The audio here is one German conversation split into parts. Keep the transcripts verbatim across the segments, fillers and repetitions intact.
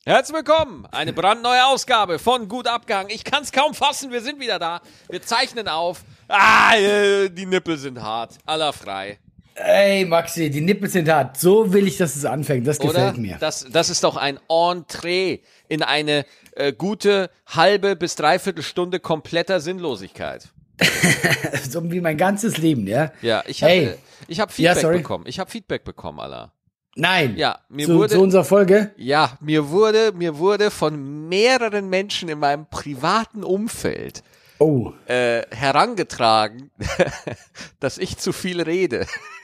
Herzlich willkommen, eine brandneue Ausgabe von Gut Abgehangen. Ich kann es kaum fassen, wir sind wieder da. Wir zeichnen auf. Ah, äh, die Nippel sind hart. Aller frei. Ey, Maxi, die Nippel sind hart. So will ich, dass es anfängt. Das gefällt Oder? mir. Das, das ist doch ein Entree in eine äh, gute halbe bis dreiviertel Stunde kompletter Sinnlosigkeit. So wie mein ganzes Leben, ja? Ja, ich habe Hey. ich hab Feedback Ja, sorry. bekommen. Ich habe Feedback bekommen, Allah. Nein. Ja, mir zu, wurde zu unserer Folge? Ja, mir wurde mir wurde von mehreren Menschen in meinem privaten Umfeld Oh. äh, herangetragen, dass ich zu viel rede.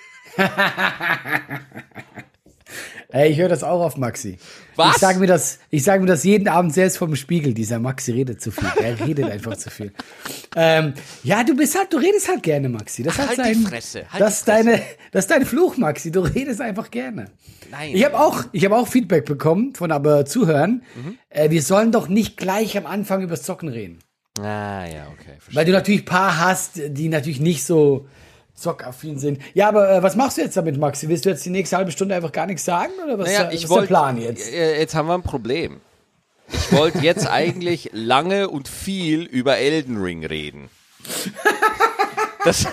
Ey, ich höre das auch auf Maxi. Was? Ich sage mir das, ich sage mir das jeden Abend selbst vom Spiegel. Dieser Maxi redet zu viel. Er redet einfach zu viel. Ähm, ja, du bist halt, du redest halt gerne, Maxi. Das, Ach, hat halt die sein, Fresse, halt das, die Fresse. Deine, das ist dein Fluch, Maxi. Du redest einfach gerne. Nein. Ich habe auch, ich habe auch Feedback bekommen von aber Zuhörern. Mhm. Äh, wir sollen doch nicht gleich am Anfang übers Zocken reden. Ah, ja, okay. Verstehe. Weil du natürlich paar hast, die natürlich nicht so zockaffin sind. Ja, aber äh, was machst du jetzt damit, Maxi? Willst du jetzt die nächste halbe Stunde einfach gar nichts sagen? Oder was, Naja, was ich ist wollt, der Plan jetzt? äh, Jetzt haben wir ein Problem. Ich wollte jetzt eigentlich lange und viel über Elden Ring reden. Das,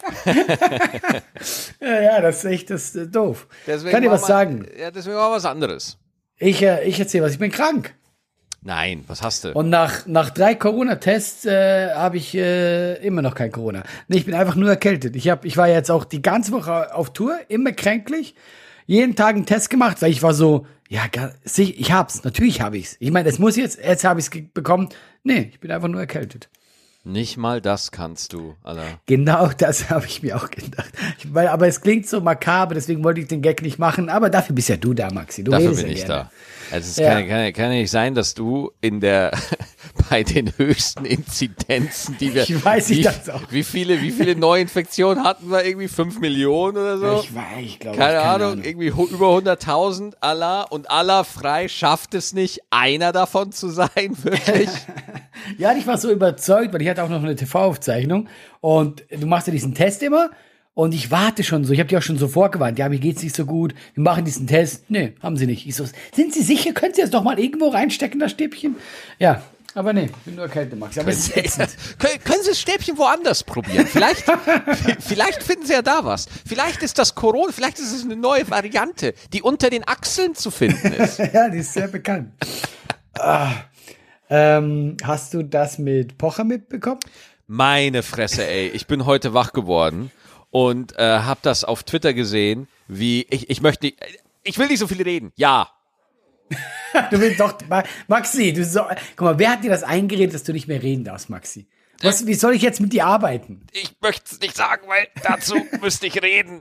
Ja, ja, das ist echt das ist, äh, doof. deswegen Kann dir was machen wir- sagen? Ja, deswegen war was anderes. Ich, äh, ich erzähle was. Ich bin krank. Nein, was hast du? Und nach, nach drei Corona-Tests äh, habe ich äh, immer noch kein Corona. Nee, ich bin einfach nur erkältet. Ich, hab, ich war jetzt auch die ganze Woche auf Tour, immer kränklich. Jeden Tag einen Test gemacht, weil ich war so, ja, gar, sich- ich hab's, natürlich habe ich's. Ich meine, es muss jetzt, jetzt habe ich's ge- bekommen. Nee, ich bin einfach nur erkältet. Nicht mal das kannst du, Alter. Genau das habe ich mir auch gedacht. Ich, weil, aber es klingt so makaber, deswegen wollte ich den Gag nicht machen. Aber dafür bist ja du da, Maxi. Du Dafür redest bin ja ich gerne. da. Also es Ja. kann, kann, kann ja nicht sein, dass du in der bei den höchsten Inzidenzen, die wir Ich weiß, ich wie, dachte auch. wie viele wie viele Neuinfektionen hatten wir, irgendwie fünf Millionen oder so? Ich weiß, ich glaube. Keine, Ahnung, irgendwie hu- über hunderttausend, Allah und Allah frei schafft es nicht, einer davon zu sein, wirklich. Ja, ich war so überzeugt, weil ich hatte auch noch eine T V-Aufzeichnung und du machst ja diesen Test immer und ich warte schon so, ich habe dir auch schon so vorgewarnt, ja, mir geht's nicht so gut, wir machen diesen Test. Nee, haben sie nicht. Ich so, sind Sie sicher, können Sie das doch mal irgendwo reinstecken, das Stäbchen? Ja, aber nee, ich bin nur erkältet, Max. Aber es ist ätzend. können, können Sie das Stäbchen woanders probieren? Vielleicht, vielleicht finden Sie ja da was. Vielleicht ist das Corona, vielleicht ist es eine neue Variante, die unter den Achseln zu finden ist. Ja, die ist sehr bekannt. ah, ähm, hast du das mit Pocher mitbekommen? Meine Fresse, ey. Ich bin heute wach geworden und äh, hab das auf Twitter gesehen, wie, ich, ich möchte nicht, ich will nicht so viel reden. Ja. Du willst doch, Maxi, du so, guck mal, wer hat dir das eingeredet, dass du nicht mehr reden darfst, Maxi? Was, wie soll ich jetzt mit dir arbeiten? Ich möchte es nicht sagen, weil dazu müsste ich reden.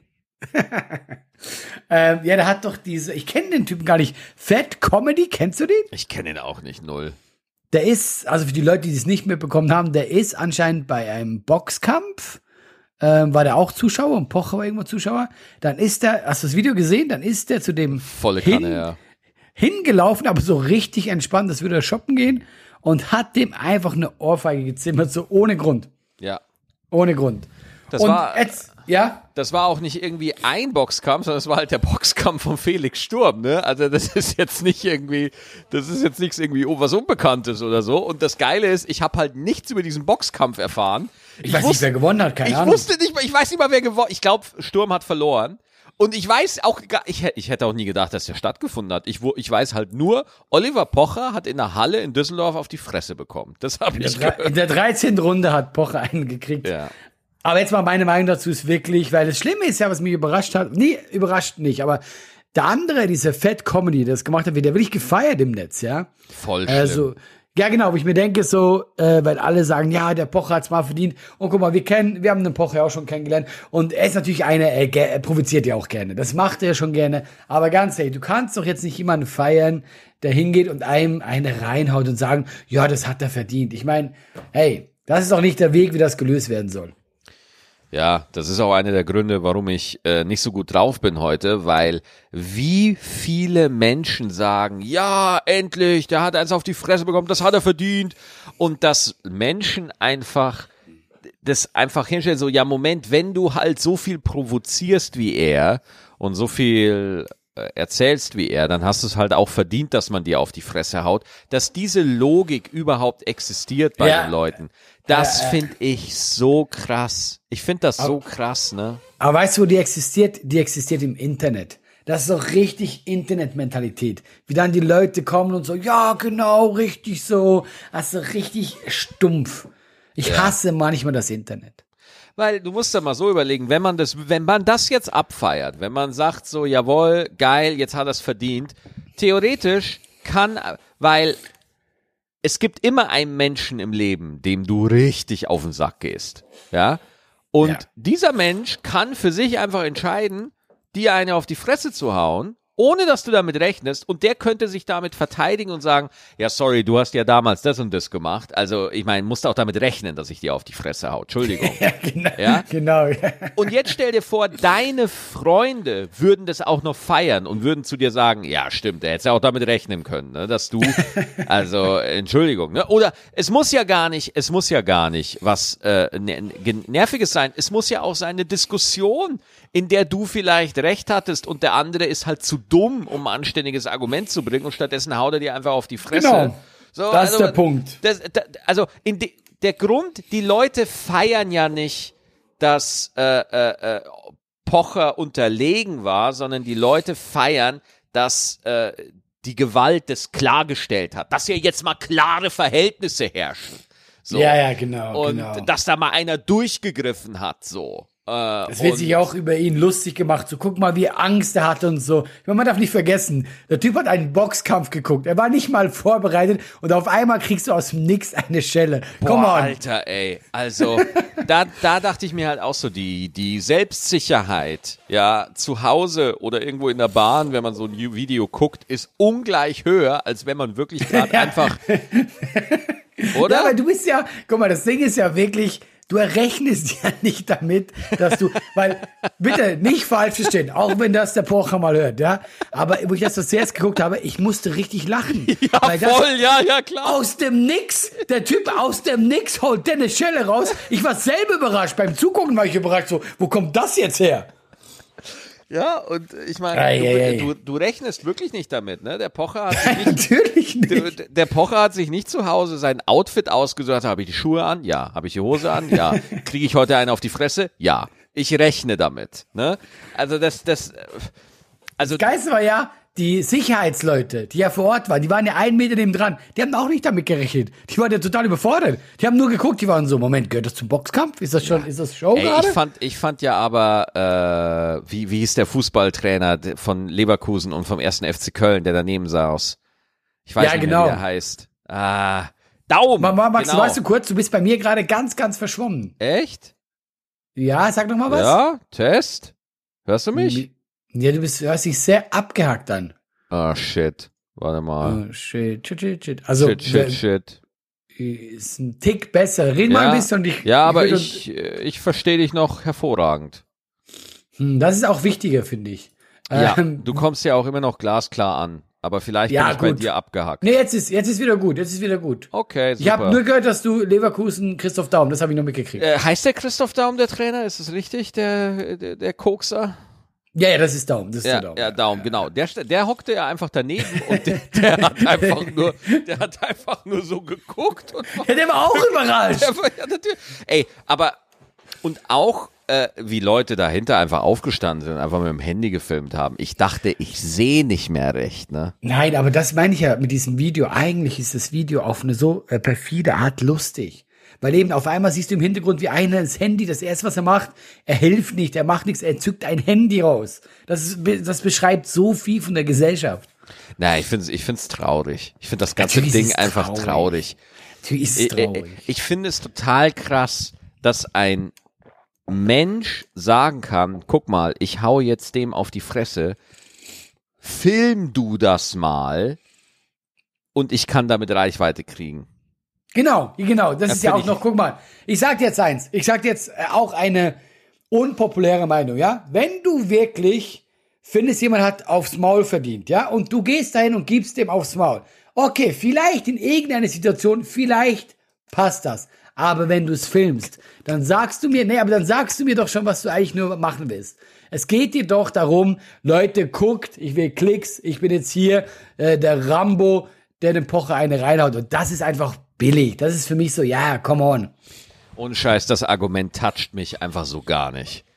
Ähm, ja, der hat doch diese, ich kenne den Typen gar nicht. Fat Comedy, kennst du den? Ich kenne ihn auch nicht, null. Der ist, also für die Leute, die es nicht mitbekommen haben, der ist anscheinend bei einem Boxkampf, ähm, war der auch Zuschauer und Pocher war irgendwo Zuschauer. Dann ist der, hast du das Video gesehen? Dann ist der zu dem Volle hin, Kanne, ja. hingelaufen, aber so richtig entspannt, das würde er shoppen gehen und hat dem einfach eine Ohrfeige gezimmert, so ohne Grund. Ja. Ohne Grund. Das und war- jetzt, ja, Das war auch nicht irgendwie ein Boxkampf, sondern es war halt der Boxkampf von Felix Sturm, ne? Also das ist jetzt nicht irgendwie, das ist jetzt nichts irgendwie oh, was Unbekanntes oder so. Und das Geile ist, ich habe halt nichts über diesen Boxkampf erfahren. ich, weiß nicht, wer gewonnen hat, keine Ich Ahnung. wusste nicht, mal- ich weiß nicht mal, wer gewonnen. Ich glaube, Sturm hat verloren. Und ich weiß auch, gar- ich, hä- ich hätte auch nie gedacht, dass der stattgefunden hat. Ich, wo- ich weiß halt nur, Oliver Pocher hat in der Halle in Düsseldorf auf die Fresse bekommen. Das habe In der, ich drei- gehört. in der dreizehnten Runde hat Pocher einen gekriegt. Ja. Aber jetzt mal meine Meinung dazu ist wirklich, weil das Schlimme ist ja, was mich überrascht hat, nee, überrascht nicht, aber der andere, dieser Fat Comedy, der das gemacht hat, der will ich gefeiert im Netz, ja. Voll schlimm. Also, ja genau, wo ich mir denke so, äh, weil alle sagen, ja, der Pocher hat's mal verdient. Und guck mal, wir kennen, wir haben den Pocher ja auch schon kennengelernt. Und er ist natürlich einer, er, ge- er provoziert ja auch gerne. Das macht er schon gerne. Aber ganz ehrlich, du kannst doch jetzt nicht jemanden feiern, der hingeht und einem eine reinhaut und sagen, ja, das hat er verdient. Ich meine, hey, das ist doch nicht der Weg, wie das gelöst werden soll. Ja, das ist auch einer der Gründe, warum ich äh, nicht so gut drauf bin heute, weil wie viele Menschen sagen, ja, endlich, der hat eins auf die Fresse bekommen, das hat er verdient. Und dass Menschen einfach das einfach hinstellen, so, ja, Moment, wenn du halt so viel provozierst wie er und so viel äh, erzählst wie er, dann hast du es halt auch verdient, dass man dir auf die Fresse haut. Dass diese Logik überhaupt existiert bei Ja. den Leuten, das Äh, äh. finde ich so krass. Ich finde das so krass, ne? Aber weißt du, wo die existiert? Die existiert im Internet. Das ist doch richtig Internetmentalität. Wie dann die Leute kommen und so, ja, genau, richtig so. Also richtig stumpf. Ich Ja. hasse manchmal das Internet. Weil du musst ja mal so überlegen, wenn man das, wenn man das jetzt abfeiert, wenn man sagt so, jawohl, geil, jetzt hat er es verdient, theoretisch kann, weil es gibt immer einen Menschen im Leben, dem du richtig auf den Sack gehst, ja, und Ja. dieser Mensch kann für sich einfach entscheiden, dir eine auf die Fresse zu hauen, ohne dass du damit rechnest, und der könnte sich damit verteidigen und sagen, ja sorry, du hast ja damals das und das gemacht, also ich meine, musst auch damit rechnen, dass ich dir auf die Fresse hau, Entschuldigung. Ja, genau. Ja? Genau. Ja. Und jetzt stell dir vor, deine Freunde würden das auch noch feiern und würden zu dir sagen, ja stimmt, der hätte ja auch damit rechnen können, ne, dass du, also Entschuldigung, ne? Oder es muss ja gar nicht, es muss ja gar nicht was äh, Nerviges sein, es muss ja auch sein eine Diskussion, in der du vielleicht recht hattest und der andere ist halt zu dumm, um ein anständiges Argument zu bringen, und stattdessen haut er dir einfach auf die Fresse. Genau. So, Das ist der Punkt. Das, das, also in de, der Grund, die Leute feiern ja nicht, dass äh, äh, äh, Pocher unterlegen war, sondern die Leute feiern, dass äh, die Gewalt das klargestellt hat, dass ja jetzt mal klare Verhältnisse herrschen. So. Ja, ja, genau. Und genau. dass da mal einer durchgegriffen hat, so. Äh, Es wird und- sich auch über ihn lustig gemacht. So, guck mal, wie Angst er hatte und so. Ich meine, man darf nicht vergessen, der Typ hat einen Boxkampf geguckt. Er war nicht mal vorbereitet und auf einmal kriegst du aus dem Nix eine Schelle. Come Boah, on. Alter, ey. Also, da, da dachte ich mir halt auch so, die, die Selbstsicherheit, ja, zu Hause oder irgendwo in der Bahn, wenn man so ein Video guckt, ist ungleich höher, als wenn man wirklich gerade einfach, oder? Ja, aber du bist ja, guck mal, das Ding ist ja wirklich, du errechnest ja nicht damit, dass du, weil, bitte nicht falsch verstehen, auch wenn das der Pocher mal hört, ja, aber wo ich das zuerst geguckt habe, ich musste richtig lachen. Ja, Weil das- voll, ja, ja, klar. Aus dem Nix, der Typ aus dem Nix holt der eine Schelle raus. Ich war selber überrascht, beim Zugucken war ich überrascht, so, wo kommt das jetzt her? Ja, und ich meine, Ei, du, ei, ei. du, du rechnest wirklich nicht damit, ne? Der Pocher hat sich nicht, Natürlich nicht. der, der Pocher hat sich nicht zu Hause sein Outfit ausgesucht. Habe ich die Schuhe an? Ja. Habe ich die Hose an? Ja. Kriege ich heute einen auf die Fresse? Ja. Ich rechne damit, ne? Also das, das, also Das Geilste war ja, die Sicherheitsleute, die ja vor Ort waren, die waren ja einen Meter neben dran, die haben auch nicht damit gerechnet. Die waren ja total überfordert. Die haben nur geguckt, die waren so, Moment, gehört das zum Boxkampf? Ist das schon, ist das Show Ey, gerade? ich fand, ich fand ja aber, äh, wie, wie hieß der Fußballtrainer von Leverkusen und vom ersten F C Köln, der daneben saß? Ich weiß Ja, nicht genau. mehr, wie der heißt. Ah, Daum! Mama, Max, genau. weißt du kurz, du bist bei mir gerade ganz, ganz verschwommen. Echt? Ja, sag doch mal was. Ja, Test? Hörst du mich? Ja, du bist, hörst dich sehr abgehackt an. Ah, shit. Warte mal. Oh, shit, shit, shit, shit. Also, shit, shit, shit. ist ein Tick besser. Red mal ein bisschen und ich. ja, aber würd- ich, äh, ich verstehe dich noch hervorragend. Hm, das ist auch wichtiger, finde ich. Ja, Ähm, du kommst ja auch immer noch glasklar an. Aber vielleicht Ja, bin ich bei gut. dir abgehackt. Nee, jetzt ist, jetzt ist wieder gut. Jetzt ist wieder gut. Okay, super. Ich habe nur gehört, dass du Leverkusen Christoph Daum, das habe ich noch mitgekriegt. äh, heißt der Christoph Daum der Trainer? Ist das richtig, der, der, der Kokser? Ja, ja, das ist Daum. Das ist Ja, der Daum. ja, Daum, genau. Der, st- der hockte ja einfach daneben und der, der hat einfach nur, der hat einfach nur so geguckt und war, Ja, der war auch überrascht. der war, ja, natürlich. Ey, aber, und auch, äh, wie Leute dahinter einfach aufgestanden sind und einfach mit dem Handy gefilmt haben. Ich dachte, ich sehe nicht mehr recht, ne? Nein, aber das meine ich ja mit diesem Video. Eigentlich ist das Video auf eine so äh, perfide Art lustig. Weil eben auf einmal siehst du im Hintergrund, wie einer das Handy, das erste, was er macht, er hilft nicht, er macht nichts, er zückt ein Handy raus. Das, ist, das beschreibt so viel von der Gesellschaft. Na, ich find's, ich find's traurig. Ich finde das ganze Natürlich ist Ding es einfach traurig. traurig. Natürlich ist es Ich, traurig. ich, ich finde es total krass, dass ein Mensch sagen kann, guck mal, ich hau jetzt dem auf die Fresse, film du das mal und ich kann damit Reichweite kriegen. Genau, genau. Das Ja, ist ja find auch noch, guck mal, ich sag dir jetzt eins, ich sag dir jetzt äh, auch eine unpopuläre Meinung, ja? Wenn du wirklich findest, jemand hat aufs Maul verdient, ja? Und du gehst dahin und gibst dem aufs Maul. Okay, vielleicht in irgendeiner Situation, vielleicht passt das. Aber wenn du es filmst, dann sagst du mir, nee, aber dann sagst du mir doch schon, was du eigentlich nur machen willst. Es geht dir doch darum, Leute, guckt, ich will Klicks, ich bin jetzt hier äh, der Rambo, der dem Pocher eine reinhaut. Und das ist einfach billig. Das ist für mich so, ja, come on. Ohne Scheiß, das Argument toucht mich einfach so gar nicht.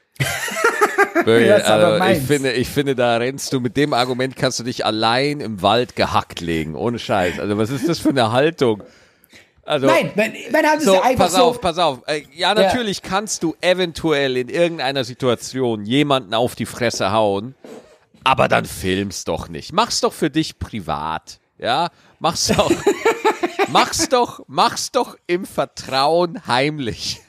Wirklich, Das ist aber also, ich meins. finde, ich finde, da rennst du, mit dem Argument kannst du dich allein im Wald gehackt legen. Ohne Scheiß. Also was ist das für eine Haltung? Also, Nein, man, man hat es so, ja einfach pass so. auf, pass auf. Äh, Ja, natürlich kannst du eventuell in irgendeiner Situation jemanden auf die Fresse hauen, aber dann film's doch nicht. Mach's doch für dich privat. Ja, mach's doch, mach's doch, mach's doch im Vertrauen heimlich.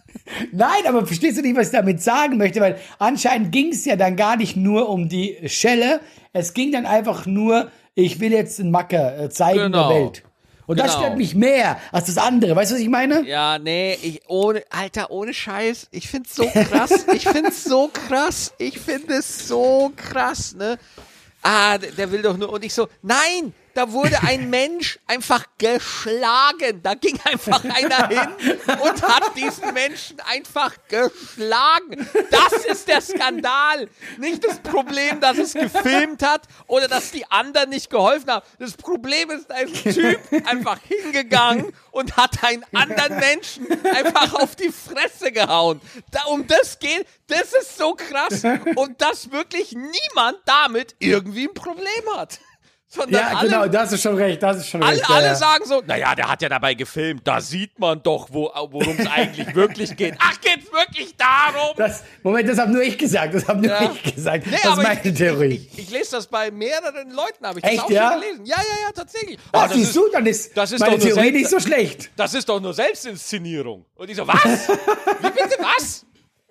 Nein, aber verstehst du nicht, was ich damit sagen möchte? Weil anscheinend ging es ja dann gar nicht nur um die Schelle. Es ging dann einfach nur, ich will jetzt einen Macker äh, zeigen Genau. der Welt. Und das Genau. stört mich mehr als das andere. Weißt du, was ich meine? Ja, nee, ich, ohne, Alter, ohne Scheiß, ich find's so krass, ich find's so krass, ich finde es so krass, ne? Ah, der, der will doch nur, und ich so, nein, da wurde ein Mensch einfach geschlagen, da ging einfach einer hin und hat diesen Menschen einfach geschlagen. Das ist der Skandal, nicht das Problem, dass es gefilmt hat oder dass die anderen nicht geholfen haben. Das Problem ist, da ist ein Typ einfach hingegangen und hat einen anderen Menschen einfach auf die Fresse gehauen. Da, um das geht, das ist so krass und dass wirklich niemand damit irgendwie ein Problem hat. Sondern Ja, alle, genau, das ist schon recht, das ist schon alle, recht. ja, alle ja. sagen so, naja, der hat ja dabei gefilmt, da sieht man doch, wo, worum es eigentlich wirklich geht. Ach, geht's wirklich darum? Das, Moment, das habe nur ich gesagt, das habe nur Ja. ich gesagt. Nee, das ist aber meine ich, Theorie. Ich, ich, ich lese das bei mehreren Leuten, habe ich das Echt, auch ja? schon gelesen. Ja, ja, ja, tatsächlich. Oh, Ach, das, siehst ist, du, dann ist, das ist meine doch nur Theorie selbst- nicht so schlecht. das ist doch nur Selbstinszenierung. Und ich so, was? Wie bitte, was?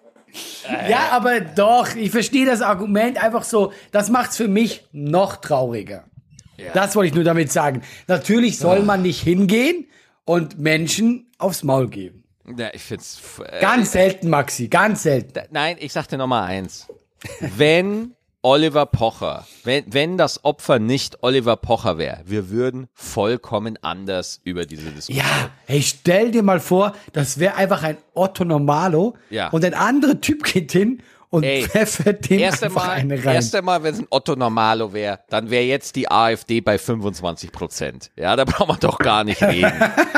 Ja, aber doch, ich verstehe das Argument einfach so, das macht's für mich noch trauriger. Das wollte ich nur damit sagen. Natürlich soll man nicht hingehen und Menschen aufs Maul geben. Ja, ich find's... Äh, Ganz selten, Maxi, ganz selten. Nein, ich sag dir nochmal eins. Wenn Oliver Pocher, wenn, wenn das Opfer nicht Oliver Pocher wäre, wir würden vollkommen anders über diese Diskussion. Ja, hey, stell dir mal vor, das wäre einfach ein Otto Normalo Ja. und ein anderer Typ geht hin und Ey, pfeffert dem Erst einfach einmal, eine rein. erst einmal, wenn es ein Otto Normalo wäre, dann wäre jetzt die AfD bei fünfundzwanzig Prozent. Ja, da brauchen wir doch gar nicht reden.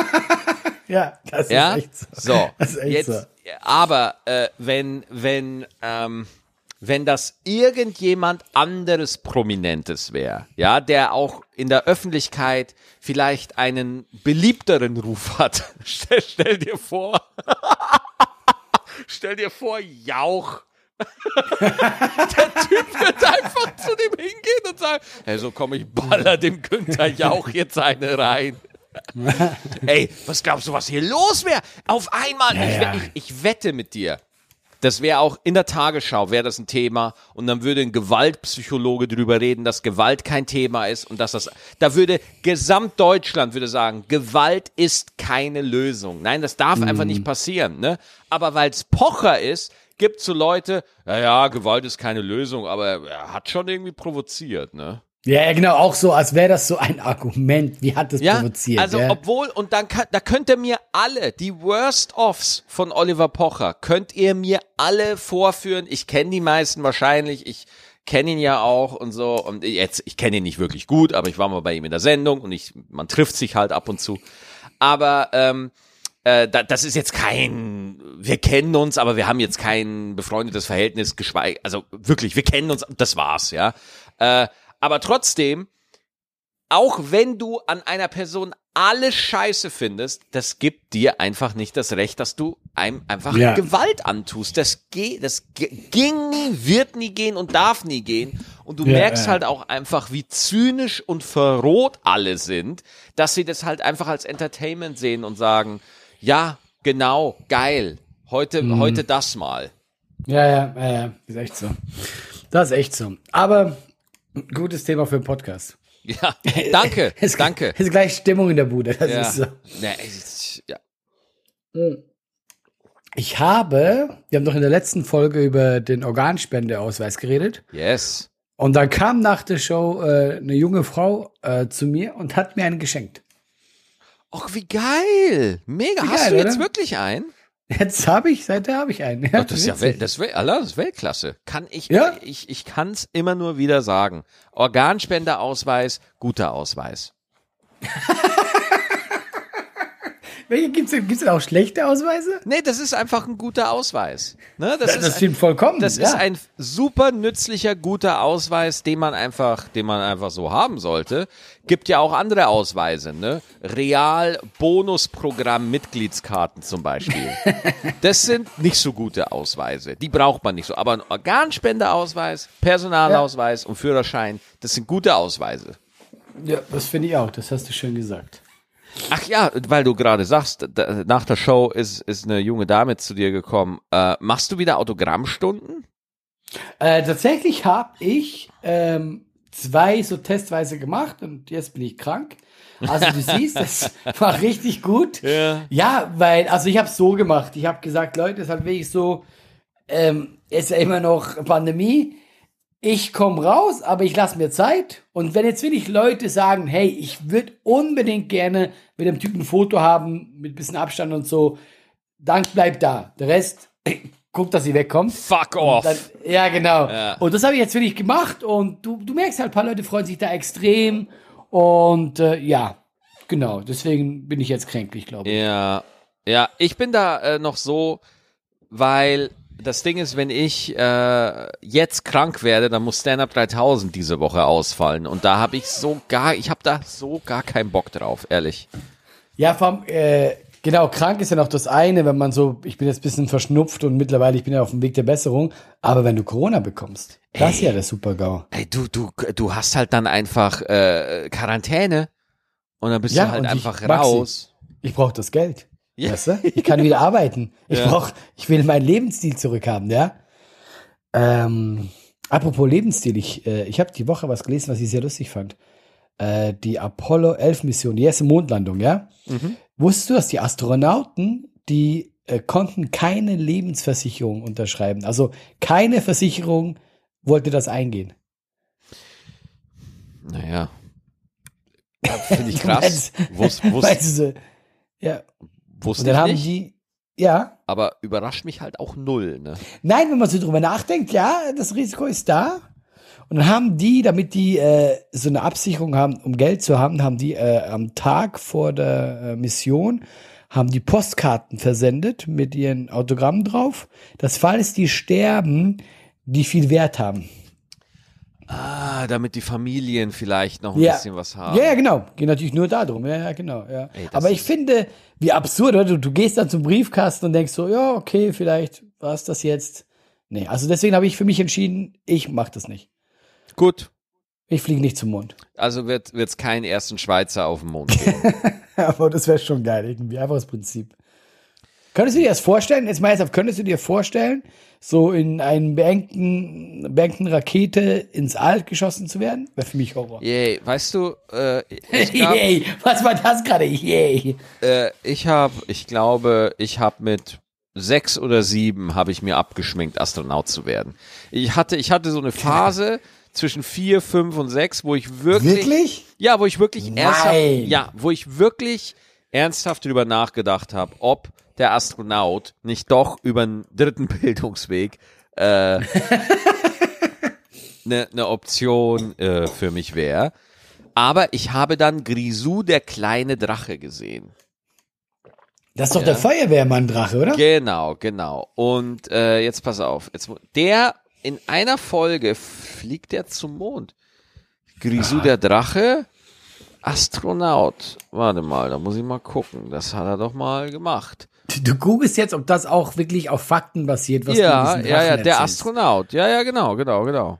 Ja, das Ja, ist echt so. so. Das ist echt Jetzt, so. aber äh, wenn wenn ähm, wenn das irgendjemand anderes Prominentes wäre, ja, der auch in der Öffentlichkeit vielleicht einen beliebteren Ruf hat, stell, stell dir vor, stell dir vor, Jauch. Der Typ wird einfach zu dem hingehen und sagen, hey, so komm, ich baller dem Günther Jauch jetzt eine rein. Ey, was glaubst du, was hier los wäre? Auf einmal, Ja, ich, ja. ich, ich wette mit dir, das wäre auch in der Tagesschau, wäre das ein Thema und dann würde ein Gewaltpsychologe drüber reden, dass Gewalt kein Thema ist und dass das, da würde Gesamtdeutschland würde sagen, Gewalt ist keine Lösung. Nein, das darf Mhm. einfach nicht passieren, ne? Aber weil es Pocher ist, gibt es so Leute, ja, ja, Gewalt ist keine Lösung, aber er hat schon irgendwie provoziert, ne? Ja, ja, genau, auch so, als wäre das so ein Argument. Wie hat das Ja, provoziert? also ja? obwohl, und dann kann, da könnt ihr mir alle, die Worst-Offs von Oliver Pocher, könnt ihr mir alle vorführen. Ich kenne die meisten wahrscheinlich, ich kenne ihn ja auch und so. Und jetzt, ich kenne ihn nicht wirklich gut, aber ich war mal bei ihm in der Sendung und ich, man trifft sich halt ab und zu. Aber ähm, äh, da, das ist jetzt kein, wir kennen uns, aber wir haben jetzt kein befreundetes Verhältnis, geschweige, also wirklich, wir kennen uns, das war's, ja. Äh, aber trotzdem, auch wenn du an einer Person alles Scheiße findest, das gibt dir einfach nicht das Recht, dass du einem einfach Ja. Gewalt antust. Das geht, das ge- ging nie, wird nie gehen und darf nie gehen. Und du Ja, merkst ja. halt auch einfach, wie zynisch und verroht alle sind, dass sie das halt einfach als Entertainment sehen und sagen, ja, genau, geil, heute, Mhm. heute das mal. Ja, ja, ja, ja, ist echt so. Das ist echt so. Aber ein gutes Thema für einen Podcast. Ja, danke, Es danke. ist gleich Stimmung in der Bude. Das Ja. ist so. Nee, ich- ja. Ich habe, wir haben doch in der letzten Folge über den Organspendeausweis geredet. Yes. Und dann kam nach der Show äh, eine junge Frau äh, zu mir und hat mir einen geschenkt. Ach, wie geil. Mega. Wie Hast geil, du jetzt oder? wirklich einen? Jetzt habe ich, seitdem habe ich einen. Ja, Ach, das ist ja Wel das, Wel Allah, das ist Weltklasse. Kann ich, Ja. ich, ich kann es immer nur wieder sagen. Organspendeausweis, guter Ausweis. Welche gibt's denn? Gibt's denn auch schlechte Ausweise? Nee, das ist einfach ein guter Ausweis. Ne? Das, Das, ist das stimmt vollkommen. Das ja. ist ein super nützlicher, guter Ausweis, den man einfach, den man einfach so haben sollte. Gibt ja auch andere Ausweise, ne? Real Bonusprogramm Mitgliedskarten zum Beispiel. Das sind nicht so gute Ausweise. Die braucht man nicht so. Aber ein Organspendeausweis, Personalausweis und Führerschein, das sind gute Ausweise. Ja, das finde ich auch. Das hast du schön gesagt. Ach ja, weil du gerade sagst, da, nach der Show ist, ist eine junge Dame zu dir gekommen. Äh, machst du wieder Autogrammstunden? Äh, tatsächlich habe ich ähm, zwei so testweise gemacht und jetzt bin ich krank. Also du siehst, das war richtig gut. Ja. Ja, weil, also ich habe es so gemacht. Ich habe gesagt, Leute, es ist halt wirklich so, ähm, ist ja immer noch Pandemie. Ich komme raus, aber ich lasse mir Zeit. Und wenn jetzt wirklich Leute sagen, hey, ich würde unbedingt gerne mit dem Typen ein Foto haben, mit ein bisschen Abstand und so, dann bleibt da. Der Rest, guckt, dass sie wegkommt. Fuck off. Dann, ja, genau. Ja. Und das habe ich jetzt wirklich gemacht. Und du, du merkst halt, ein paar Leute freuen sich da extrem. Und äh, ja, genau. Deswegen bin ich jetzt kränklich, glaube ich. Ja, ja, ich bin da äh, noch so, weil das Ding ist, wenn ich äh, jetzt krank werde, dann muss Stand-Up dreitausend diese Woche ausfallen. Und da habe ich so gar, ich habe da so gar keinen Bock drauf, ehrlich. Ja, vom, äh, genau, krank ist ja noch das eine, wenn man so, ich bin jetzt ein bisschen verschnupft und mittlerweile, ich bin ja auf dem Weg der Besserung, aber wenn du Corona bekommst, das ist ja der Super-GAU. Ey, du, du, du hast halt dann einfach äh, Quarantäne und dann bist Ja, du halt und ich- einfach Maxi, raus. Ich brauche das Geld. Ja. Weißt du? Ich kann wieder arbeiten. Ich Ja. brauch, ich will meinen Lebensstil zurückhaben, ja. Ähm, apropos Lebensstil, ich, äh, ich habe die Woche was gelesen, was ich sehr lustig fand. Äh, die Apollo elf Mission, die erste Mondlandung, ja. Mhm. Wusstest du, dass die Astronauten, die äh, konnten keine Lebensversicherung unterschreiben? Also keine Versicherung wollte das eingehen. Naja. Ja, finde ich krass. Meinst- Wus, wus, Weißt du, ja. Und wusste dann ich haben nicht, die, ja. aber überrascht mich halt auch null, ne? Nein, wenn man so drüber nachdenkt, ja, das Risiko ist da. Und dann haben die, damit die äh, so eine Absicherung haben, um Geld zu haben, haben die äh, am Tag vor der äh, Mission, haben die Postkarten versendet mit ihren Autogrammen drauf, dass falls die sterben, die viel Wert haben. Ah, damit die Familien vielleicht noch ein Ja. bisschen was haben. Ja, ja, genau. Geht natürlich nur darum. Ja, ja, genau. Ja. Ey, das Aber ich ist- finde, wie absurd, oder? Du, du gehst dann zum Briefkasten und denkst so, ja, okay, vielleicht war es das jetzt. Nee, also deswegen habe ich für mich entschieden, ich mache das nicht. Gut, Ich fliege nicht zum Mond. also wird es keinen ersten Schweizer auf dem Mond geben. Aber das wäre schon geil, irgendwie. Einfach das Prinzip. Könntest du dir das vorstellen? Jetzt mal ernsthaft, könntest du dir vorstellen, so in einen beengten, beengten Rakete ins All geschossen zu werden? Wäre für mich Horror. Yay, weißt du, äh, ich, gab, Yay, was war das gerade? Yay. äh, ich habe, ich glaube, ich habe mit sechs oder sieben habe ich mir abgeschminkt, Astronaut zu werden. Ich hatte, ich hatte so eine Phase zwischen vier, fünf und sechs, wo ich wirklich, Wirklich? ja, wo ich wirklich ernsthaft, Nein. ja, wo ich wirklich ernsthaft drüber nachgedacht habe, ob der Astronaut nicht doch über einen dritten Bildungsweg äh, eine ne Option äh, für mich wäre. Aber ich habe dann Grisou, der kleine Drache, gesehen. Das ist doch Ja. der Feuerwehrmann-Drache, oder? Genau, genau. Und äh, jetzt pass auf. Jetzt, der in einer Folge fliegt der zum Mond. Grisou, der Drache, Astronaut. Warte mal, da muss ich mal gucken. Das hat er doch mal gemacht. Du, du googelst jetzt, ob das auch wirklich auf Fakten basiert, was Ja, du diesen ja, Drachen ja, der erzählst. Astronaut. Ja, ja, genau, genau, genau.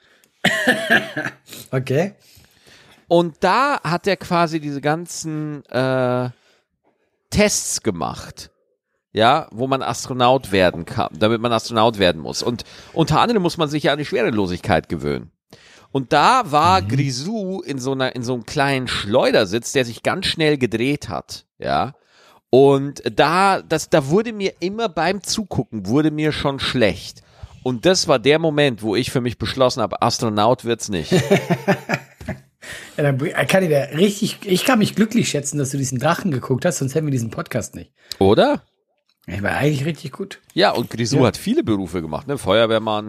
Okay. Und da hat er quasi diese ganzen äh, Tests gemacht, ja, wo man Astronaut werden kann, damit man Astronaut werden muss. Und unter anderem muss man sich ja an die Schwerelosigkeit gewöhnen. Und da war Mhm. Grisou in so einer, in so einem kleinen Schleudersitz, der sich ganz schnell gedreht hat, ja. Und da, das, da wurde mir immer beim Zugucken, wurde mir schon schlecht. Und das war der Moment, wo ich für mich beschlossen habe, Astronaut wird's nicht. Ja, dann kann ich da richtig, ich kann mich glücklich schätzen, dass du diesen Drachen geguckt hast, sonst hätten wir diesen Podcast nicht. Oder? Ich war eigentlich richtig gut. Ja, und Grisou ja. hat viele Berufe gemacht, ne? Feuerwehrmann.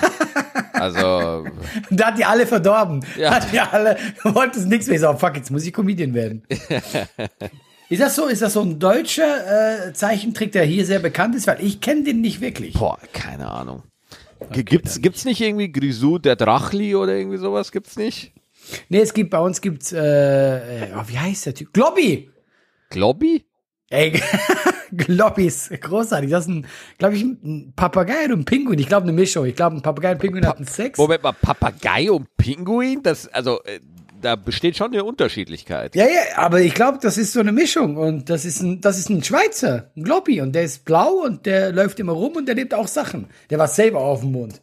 also. Und da hat die alle verdorben. Ja. Hat die alle, wollte es nichts mehr. So, fuck, jetzt muss ich Comedian werden. Ist das so? Ist das so ein deutscher äh, Zeichentrick, der hier sehr bekannt ist? Weil ich kenne den nicht wirklich. Boah, keine Ahnung. Okay, gibt's, gibt's nicht irgendwie Grisou der Drachli oder irgendwie sowas? Gibt's nicht? Nee, es gibt, bei uns gibt's, äh, oh, wie heißt der Typ? Globby! Globby? Ey, Globby ist großartig. Das ist ein, glaube ich, ein Papagei und ein Pinguin. Ich glaube, eine Mischung. Ich glaube, ein Papagei und ein Pinguin pa- hatten Sex. Moment mal, Papagei und Pinguin? Das, also, äh, da besteht schon eine Unterschiedlichkeit. Ja, ja, aber ich glaube, das ist so eine Mischung. Und das ist ein, das ist ein Schweizer, ein Globby. Und der ist blau und der läuft immer rum und der lebt auch Sachen. Der war selber auf dem Mond.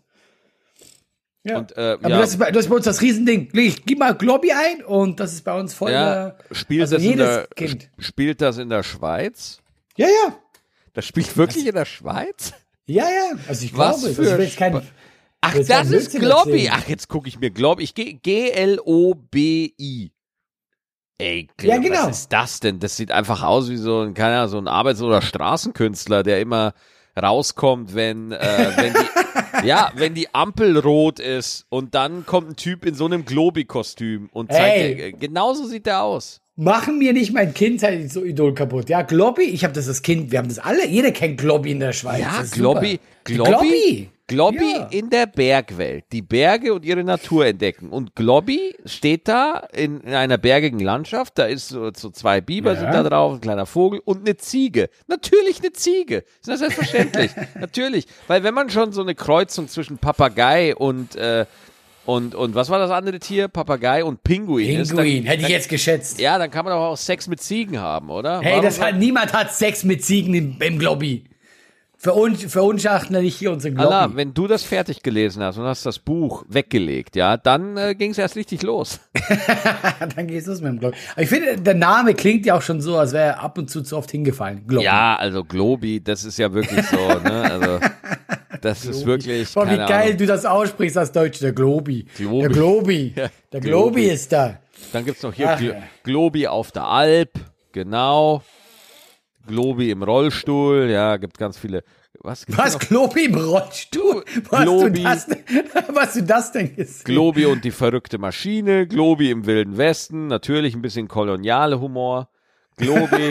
Ja. Und, äh, aber ja. das, ist bei, das ist bei uns das Riesending. Ich gib mal Globby ein und das ist bei uns voll. Ja. Der, spielt, also das jedes in der, Kind. spielt das in der Schweiz? Ja, ja. Das spielt wirklich Was? in der Schweiz? Ja, ja. Also ich Was glaube, für also ich will jetzt kein, Ach, das ist Globby. Ach, jetzt gucke ich mir Globby. Ich gehe G L O B I. Ey, ja, genau. Was ist das denn? Das sieht einfach aus wie so ein, keine Ahnung, so ein Arbeits- oder Straßenkünstler, der immer rauskommt, wenn, äh, wenn die, ja, wenn die Ampel rot ist und dann kommt ein Typ in so einem Globby-Kostüm und zeigt, hey. äh, genauso sieht der aus. Machen mir nicht mein Kindheit so Idol kaputt. Ja, Globby, ich habe das als Kind, wir haben das alle, jeder kennt Globby in der Schweiz. Ja, Globby, Globby, Globby, Globby ja. in der Bergwelt, die Berge und ihre Natur entdecken. Und Globby steht da in, in einer bergigen Landschaft, da ist so, so zwei Biber ja. sind da drauf, ein kleiner Vogel und eine Ziege. Natürlich eine Ziege, ist das selbstverständlich, natürlich. Weil wenn man schon so eine Kreuzung zwischen Papagei und äh, Und, und was war das andere Tier? Papagei und Pinguin. Pinguin, ist, dann, hätte ich dann, jetzt geschätzt. Ja, dann kann man doch auch Sex mit Ziegen haben, oder? Hey, Warum das hat, niemand hat Sex mit Ziegen im, im Globby. Verun, verunschachten nicht hier unsere Globby. Allah, wenn du das fertig gelesen hast und hast das Buch weggelegt, ja, dann äh, ging es erst richtig los. Dann geht es los mit dem Globby. Aber ich finde, der Name klingt ja auch schon so, als wäre er ab und zu zu oft hingefallen. Globby. Ja, also Globi, das ist ja wirklich so, ne, also das Globi. Ist wirklich, Boah, wie keine geil Ahnung. Du das aussprichst als Deutsch, der Globi. Globi. Der Globi. Ja, der Globi. Globi ist da. Dann gibt's noch hier Ach, Gl- ja. Globi auf der Alp, genau. Globi im Rollstuhl, ja, gibt ganz viele. Was, was Globi im Rollstuhl? Was, Globi, du das, was du das denn gesehen? Globi und die verrückte Maschine, Globi im Wilden Westen, natürlich ein bisschen koloniale Humor. Globi,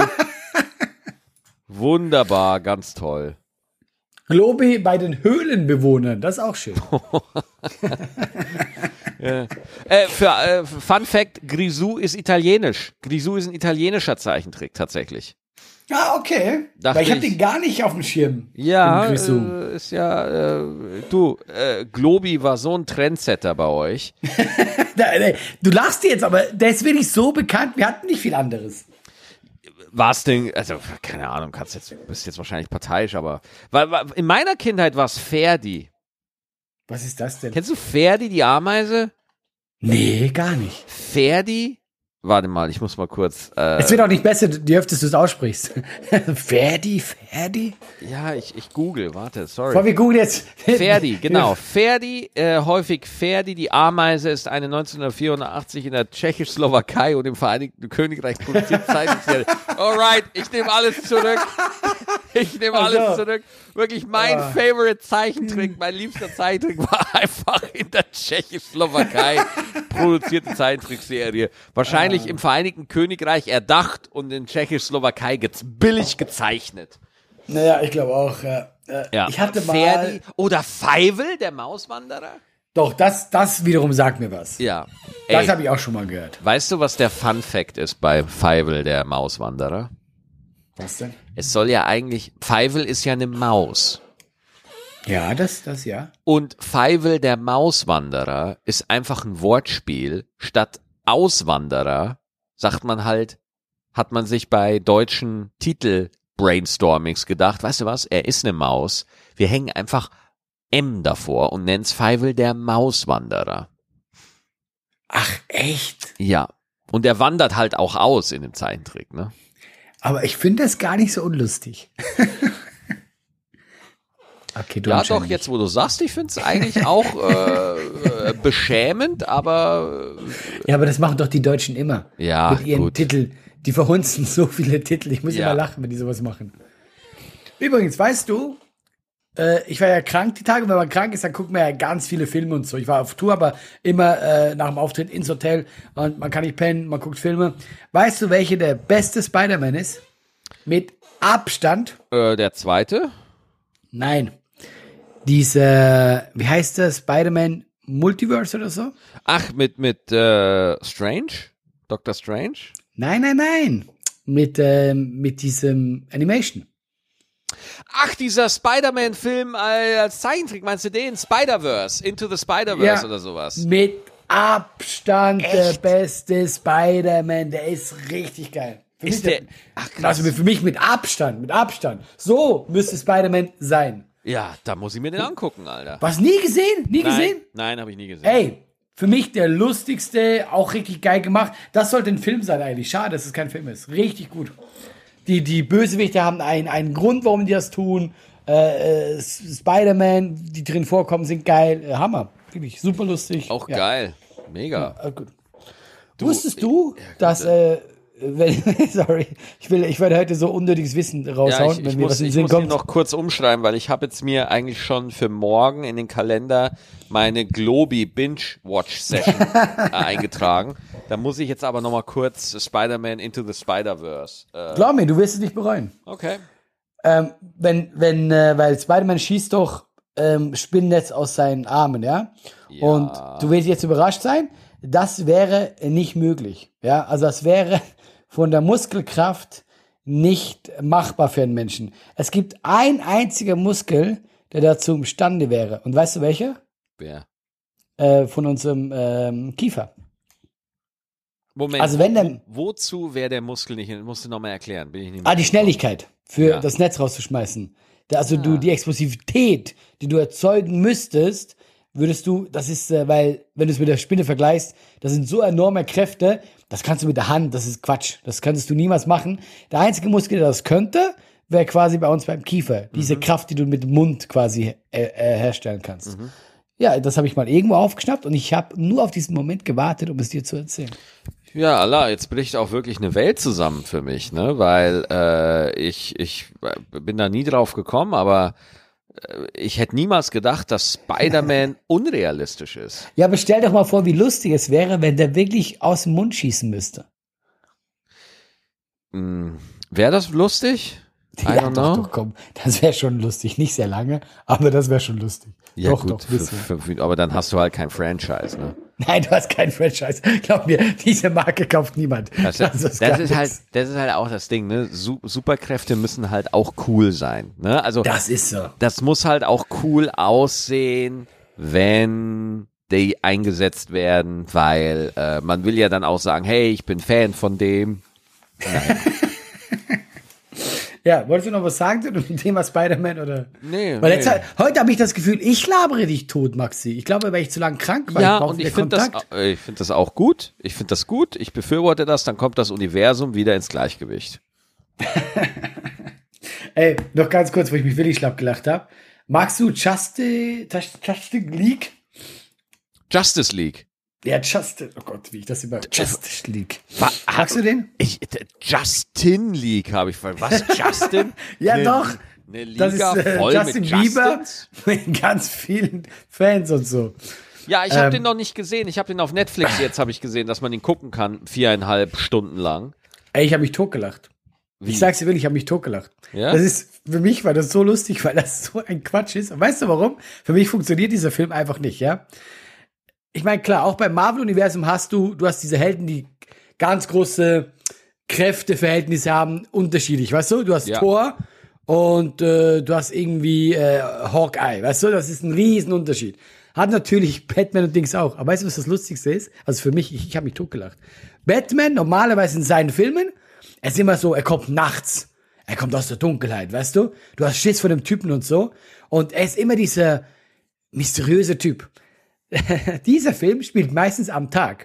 wunderbar, ganz toll. Globi bei den Höhlenbewohnern, das ist auch schön. ja. äh, für äh, Fun Fact, Grisou ist italienisch. Grisou ist ein italienischer Zeichentrick tatsächlich. Ah, okay. Dachte Weil ich habe ich- den gar nicht auf dem Schirm. Ja, den Grisou. äh, ist ja, äh, du, äh, Globi war so ein Trendsetter bei euch. Da, äh, du lachst jetzt, aber der ist wirklich so bekannt, wir hatten nicht viel anderes. War's denn, also, keine Ahnung, kannst jetzt, bist jetzt wahrscheinlich parteiisch, aber war, war, in meiner Kindheit war es Ferdi. Was ist das denn? Kennst du Ferdi, die Ameise? Nee, gar nicht. Ferdi? Warte mal, ich muss mal kurz. Äh, Es wird auch nicht besser, je öfter du es aussprichst. Ferdi, Ferdi? ja, ich, ich google, warte, sorry. Vor wir googeln jetzt. Ferdi, genau. Ferdi, äh, häufig Ferdi, die Ameise, ist eine neunzehnhundertvierundachtzig in der Tschechoslowakei und im Vereinigten Königreich produzierte Zeichenserie. Alright, ich nehme alles zurück. Ich nehme Also. alles zurück. Wirklich mein Ah. favorite Zeichentrick, mein liebster Zeichentrick war einfach in der Tschechoslowakei produzierte Zeichentrickserie. Wahrscheinlich Ah. im Vereinigten Königreich erdacht und in Tschechoslowakei ge- billig gezeichnet. Naja, ich glaube auch. Ja. Äh, Ja. Ich hatte mal. Ferdi oder Feivel, der Mauswanderer? Doch, das, das wiederum sagt mir was. Ja. Das Ey, habe ich auch schon mal gehört. weißt du, was der Fun Fact ist bei Feivel, der Mauswanderer? Was denn? Es soll ja eigentlich, Feivel ist ja eine Maus. Ja, das, das ja. Und Feivel, der Mauswanderer, ist einfach ein Wortspiel. Statt Auswanderer sagt man halt, hat man sich bei deutschen Titel-Brainstormings gedacht, weißt du was, er ist eine Maus. Wir hängen einfach M davor und nennen es Feivel, der Mauswanderer. Ach, echt? Ja. Und er wandert halt auch aus in dem Zeichentrick, ne? Aber ich finde das gar nicht so unlustig. Okay, du Ja, anscheinend doch, jetzt wo du sagst, ich finde es eigentlich auch äh, äh, beschämend, aber nicht. Ja, aber das machen doch die Deutschen immer. Ja, Mit ihren gut. Titeln. Die verhunzen so viele Titel. Ich muss Ja. immer lachen, wenn die sowas machen. Übrigens, weißt du, äh, ich war ja krank die Tage. Wenn man krank ist, dann guckt man ja ganz viele Filme und so. Ich war auf Tour, aber immer äh, nach dem Auftritt ins Hotel und man kann nicht pennen, man guckt Filme. Weißt du, welche der beste Spider-Man ist? Mit Abstand? äh, der zweite? Nein. Diese, wie heißt das? Spider-Man Multiverse oder so? Ach, mit, mit äh, Strange? Doctor Strange? Nein, nein, nein. Mit, ähm, mit diesem Animation. Ach, dieser Spider-Man-Film als Zeichentrick, meinst du den? Spider-Verse, Into the Spider-Verse Ja. oder sowas. Mit Abstand der Echt? beste Spider-Man. Der ist richtig geil. Für Ist mich der- Ach, krass. Also für mich mit Abstand, mit Abstand. So müsste Spider-Man sein. Ja, da muss ich mir den angucken, Alter. Was, nie gesehen? Nie Nein, gesehen? nein, habe ich nie gesehen. Ey, für mich der lustigste, auch richtig geil gemacht. Das sollte ein Film sein eigentlich. Schade, dass es kein Film ist. Richtig gut. Die, die Bösewichte haben einen, einen Grund, warum die das tun. Äh, äh, Spider-Man, die drin vorkommen, sind geil. Äh, Hammer. Wirklich super lustig. Auch ja. geil. Mega. Äh, gut. Wusstest du, dass, äh, wenn, sorry, ich will, ich werde heute so unnötiges Wissen Ja, raushauen, ich, wenn ich mir muss, was in den ich Sinn muss ihn kommt. noch kurz umschreiben, weil ich habe jetzt mir eigentlich schon für morgen in den Kalender meine Globi Binge-Watch-Session äh, eingetragen. Da muss ich jetzt aber noch mal kurz Spider-Man Into the Spider-Verse. Äh, Glaub mir, du wirst es nicht bereuen. okay. Ähm, wenn, wenn, äh, weil Spider-Man schießt doch ähm, Spinnennetz aus seinen Armen, ja? Ja. Und du wirst jetzt überrascht sein, das wäre nicht möglich, ja? Also das wäre von der Muskelkraft nicht machbar für einen Menschen. Es gibt ein einziger Muskel, der dazu imstande wäre. Und weißt du welcher? Wer? Äh, von unserem ähm, Kiefer. Moment. Also wenn der- wo, wozu wäre der Muskel nicht? Musst du noch mal erklären. Bin ich nicht mehr Ah, die Schnelligkeit für Ja. das Netz rauszuschmeißen. Da, also du, die Explosivität, die du erzeugen müsstest, würdest du, das ist, äh, weil, wenn du es mit der Spinne vergleichst, das sind so enorme Kräfte, das kannst du mit der Hand, das ist Quatsch. Das könntest du niemals machen. Der einzige Muskel, der das könnte, wäre quasi bei uns beim Kiefer. Diese Kraft, die du mit dem Mund quasi äh, äh, herstellen kannst. Ja, das habe ich mal irgendwo aufgeschnappt und ich habe nur auf diesen Moment gewartet, um es dir zu erzählen. Ja, Allah, jetzt bricht auch wirklich eine Welt zusammen für mich, ne? Weil äh, ich, ich bin da nie drauf gekommen, aber äh, ich hätte niemals gedacht, dass Spider-Man unrealistisch ist. Ja, aber stell doch mal vor, wie lustig es wäre, wenn der wirklich aus dem Mund schießen müsste. Hm, wäre das lustig? I Ja, don't doch, know. doch, komm. Das wäre schon lustig. Nicht sehr lange, aber das wäre schon lustig. Ja, doch, gut, doch, für, bisschen. für, für, aber dann hast du halt kein Franchise, ne? Nein, du hast kein Franchise. Glaub mir, diese Marke kauft niemand. Das, Das das, ist gar ist halt, nichts. das ist halt auch das Ding, ne? Su Superkräfte müssen halt auch cool sein, ne? Also Das ist so. das muss halt auch cool aussehen, wenn die eingesetzt werden, weil äh, man will ja dann auch sagen, hey, ich bin Fan von dem. Ja, wolltest du noch was sagen zu dem Thema Spider-Man oder? Nee, Weil jetzt, nee. halt- heute habe ich das Gefühl, ich labere dich tot, Maxi. Ich glaube, weil ich zu lange krank war. Ja, brauch und wieder ich finde das, Kontakt. äh, ich finde das auch gut. Ich finde das gut. Ich befürworte das. Dann kommt das Universum wieder ins Gleichgewicht. Ey, noch ganz kurz, wo ich mich wirklich schlapp gelacht habe. Magst du Justice, Justice League? Justice League. Ja, Justice, oh Gott, wie ich das immer, Justice League. Wa- Magst du den? Ich, d- Justin League habe ich ver- Was? Justin? Ja, Eine- doch. Eine Das Liga ist äh, voll Justin mit Bieber Justins? mit ganz vielen Fans und so. Ja, ich habe Ähm, den noch nicht gesehen. Ich habe den auf Netflix jetzt, habe ich gesehen, dass man ihn gucken kann, viereinhalb Stunden lang. Ey, ich habe mich totgelacht. Wie? Ich sag's dir wirklich, ich habe mich totgelacht. Ja? Das ist, für mich war das so lustig, weil das so ein Quatsch ist. Und weißt du warum? Für mich funktioniert dieser Film einfach nicht, ja? Ich meine, klar, auch beim Marvel-Universum hast du, du hast diese Helden, die ganz große Kräfteverhältnisse haben, unterschiedlich, weißt du? Du hast Ja. Thor und äh, du hast irgendwie äh, Hawkeye, weißt du? Das ist ein Riesenunterschied. Hat natürlich Batman und Dings auch. Aber weißt du, was das Lustigste ist? Also für mich, ich, ich habe mich totgelacht. Batman, normalerweise in seinen Filmen, er ist immer so, er kommt nachts. Er kommt aus der Dunkelheit, weißt du? Du hast Schiss vor dem Typen und so. Und er ist immer dieser mysteriöse Typ. Dieser Film spielt meistens am Tag.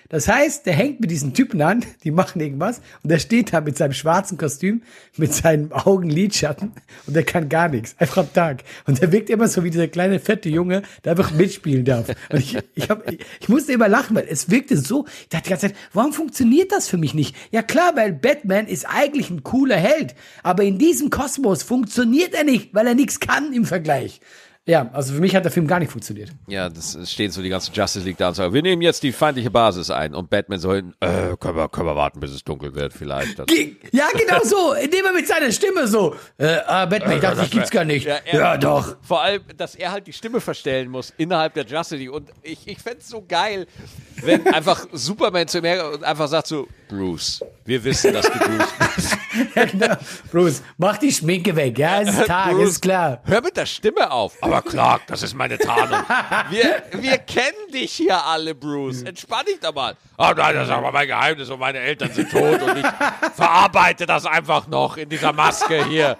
Das heißt, der hängt mit diesen Typen an, die machen irgendwas und der steht da mit seinem schwarzen Kostüm, mit seinem Augenlidschatten und der kann gar nichts, einfach am Tag. Und der wirkt immer so wie dieser kleine, fette Junge, der einfach mitspielen darf. Und ich, ich, hab, ich, ich musste immer lachen, weil es wirkte so, ich dachte die ganze Zeit, warum funktioniert das für mich nicht? Ja klar, weil Batman ist eigentlich ein cooler Held, aber in diesem Kosmos funktioniert er nicht, weil er nichts kann im Vergleich. Ja, also für mich hat der Film gar nicht funktioniert. Ja, das es steht so die ganze Justice League da und sagen, wir nehmen jetzt die feindliche Basis ein und Batman so hin, äh, können wir, können wir warten, bis es dunkel wird vielleicht. Ja, genau so, indem er mit seiner Stimme so, äh, ah, Batman, ich dachte, dich gibt's gar nicht. Ja, er, ja, doch. Vor allem, dass er halt die Stimme verstellen muss innerhalb der Justice League und ich, ich fänd's so geil, wenn einfach Superman zu mir und einfach sagt so, Bruce, wir wissen, dass du Bruce bist. Ja, genau. Bruce, mach die Schminke weg, ja, es ist Tag, Bruce, ist klar. Hör mit der Stimme auf. Aber Clark, das ist meine Tarnung. Wir, wir kennen dich hier alle, Bruce. Entspann dich doch mal. Oh nein, das ist aber mein Geheimnis und meine Eltern sind tot und ich verarbeite das einfach noch in dieser Maske hier.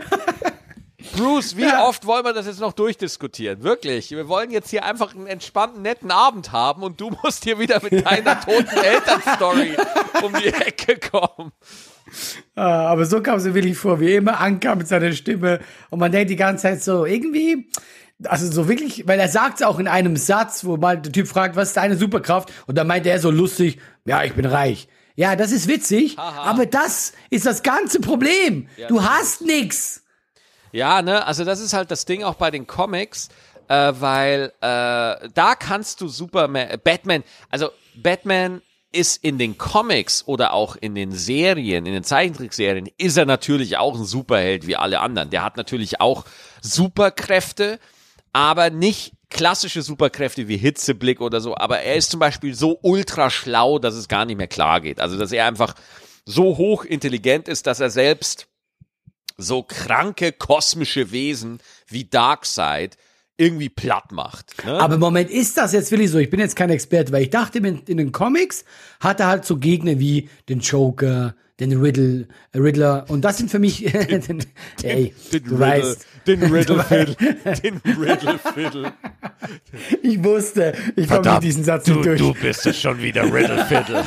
Bruce, wie ja. oft wollen wir das jetzt noch durchdiskutieren? Wirklich. Wir wollen jetzt hier einfach einen entspannten, netten Abend haben und du musst hier wieder mit deiner toten Elternstory um die Ecke kommen. Ah, aber so kam sie wirklich vor, wie immer ankam mit seiner Stimme und man denkt die ganze Zeit so, irgendwie, also so wirklich, weil er sagt es auch in einem Satz, wo mal der Typ fragt, was ist deine Superkraft? Und dann meint er so lustig, ja, ich bin reich. Ja, das ist witzig, Aha. aber das ist das ganze Problem. Ja. Du hast nix. Ja, ne, also das ist halt das Ding auch bei den Comics, äh, weil äh, da kannst du Superman, Batman, also Batman ist in den Comics oder auch in den Serien, in den Zeichentrickserien, ist er natürlich auch ein Superheld wie alle anderen. Der hat natürlich auch Superkräfte, aber nicht klassische Superkräfte wie Hitzeblick oder so, aber er ist zum Beispiel so ultra schlau, dass es gar nicht mehr klar geht. Also, dass er einfach so hochintelligent ist, dass er selbst so kranke kosmische Wesen wie Darkseid irgendwie platt macht. Ne? Aber Moment, ist das jetzt wirklich so? Ich bin jetzt kein Experte, weil ich dachte, in, in den Comics hat er halt so Gegner wie den Joker, den Riddle, äh, Riddler und das sind für mich den, den, ey, den du Riddle, weißt, den Riddle-Fiddle, den Riddle-Fiddle. Ich wusste, ich komme mit diesem Satz du, nicht durch. Du bist es schon wieder, Riddle-Fiddle.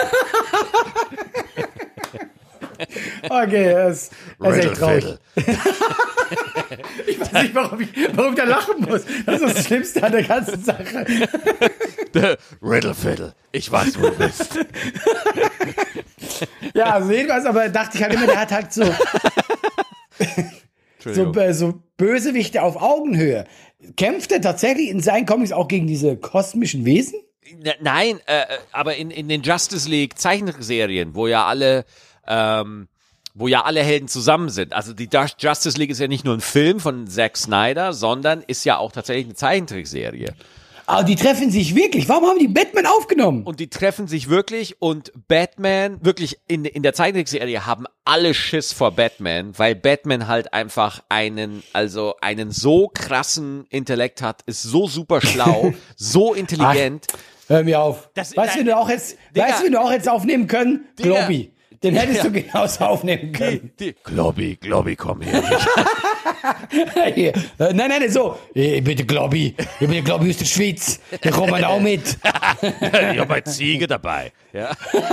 Okay, es ist echt traurig. Ich weiß nicht, warum ich, warum ich da lachen muss. Das ist das Schlimmste an der ganzen Sache. Riddle-Fiddle, ich weiß, wo du bist. Ja, also jedenfalls, aber dachte ich halt immer, der hat halt so, so, äh, so Bösewichte auf Augenhöhe. Kämpft er tatsächlich in seinen Comics auch gegen diese kosmischen Wesen? Nein, äh, aber in, in den Justice League Zeichentrickserien, wo ja alle Ähm, wo ja alle Helden zusammen sind. Also die Justice League ist ja nicht nur ein Film von Zack Snyder, sondern ist ja auch tatsächlich eine Zeichentrickserie. Aber die treffen sich wirklich. Warum haben die Batman aufgenommen? Und die treffen sich wirklich und Batman, wirklich in, in der Zeichentrickserie haben alle Schiss vor Batman, weil Batman halt einfach einen, also einen so krassen Intellekt hat, ist so super schlau, so intelligent. Ach, hör mir auf. Das, weißt du, wenn du auch jetzt, Digga, weißt du, wenn du auch jetzt aufnehmen können? Digga, Globby. Den hättest ja. du genauso aufnehmen können. Die, die, Globby, Globby, komm her. Hier. Nein, nein, nein, so. Hey, bitte Globby. Ich bin Globby aus der Schweiz. Der kommt man auch mit. Ich habe eine Ziege dabei. Ja.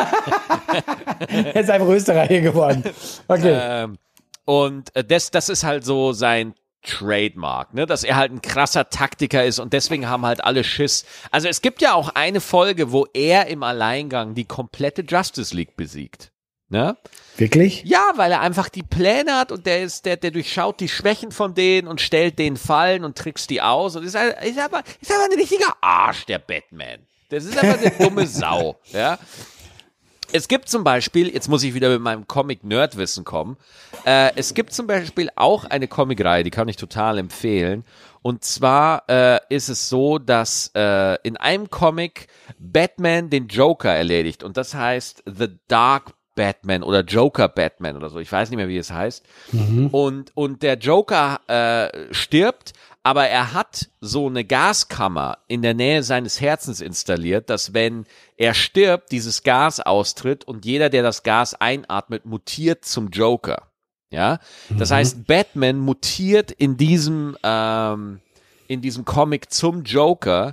Er ist einfach Österreicher geworden. Okay. Ähm, und das, das ist halt so sein Trademark, ne, dass er halt ein krasser Taktiker ist und deswegen haben halt alle Schiss. Also es gibt ja auch eine Folge, wo er im Alleingang die komplette Justice League besiegt. Ne? Wirklich? Ja, weil er einfach die Pläne hat und der ist, der, der durchschaut die Schwächen von denen und stellt denen Fallen und trickst die aus und ist, ist aber, ist aber ein richtiger Arsch, der Batman. Das ist aber eine dumme Sau, ja. Es gibt zum Beispiel, jetzt muss ich wieder mit meinem Comic-Nerd-Wissen kommen, äh, es gibt zum Beispiel auch eine Comic-Reihe, die kann ich total empfehlen. Und zwar äh, ist es so, dass äh, in einem Comic Batman den Joker erledigt. Und das heißt The Dark Batman oder Joker Batman oder so. Ich weiß nicht mehr, wie es heißt. Mhm. Und, und der Joker äh, stirbt, aber er hat so eine Gaskammer in der Nähe seines Herzens installiert, dass wenn er stirbt, dieses Gas austritt und jeder, der das Gas einatmet, mutiert zum Joker. Ja, das mhm. heißt, Batman mutiert in diesem ähm, in diesem Comic zum Joker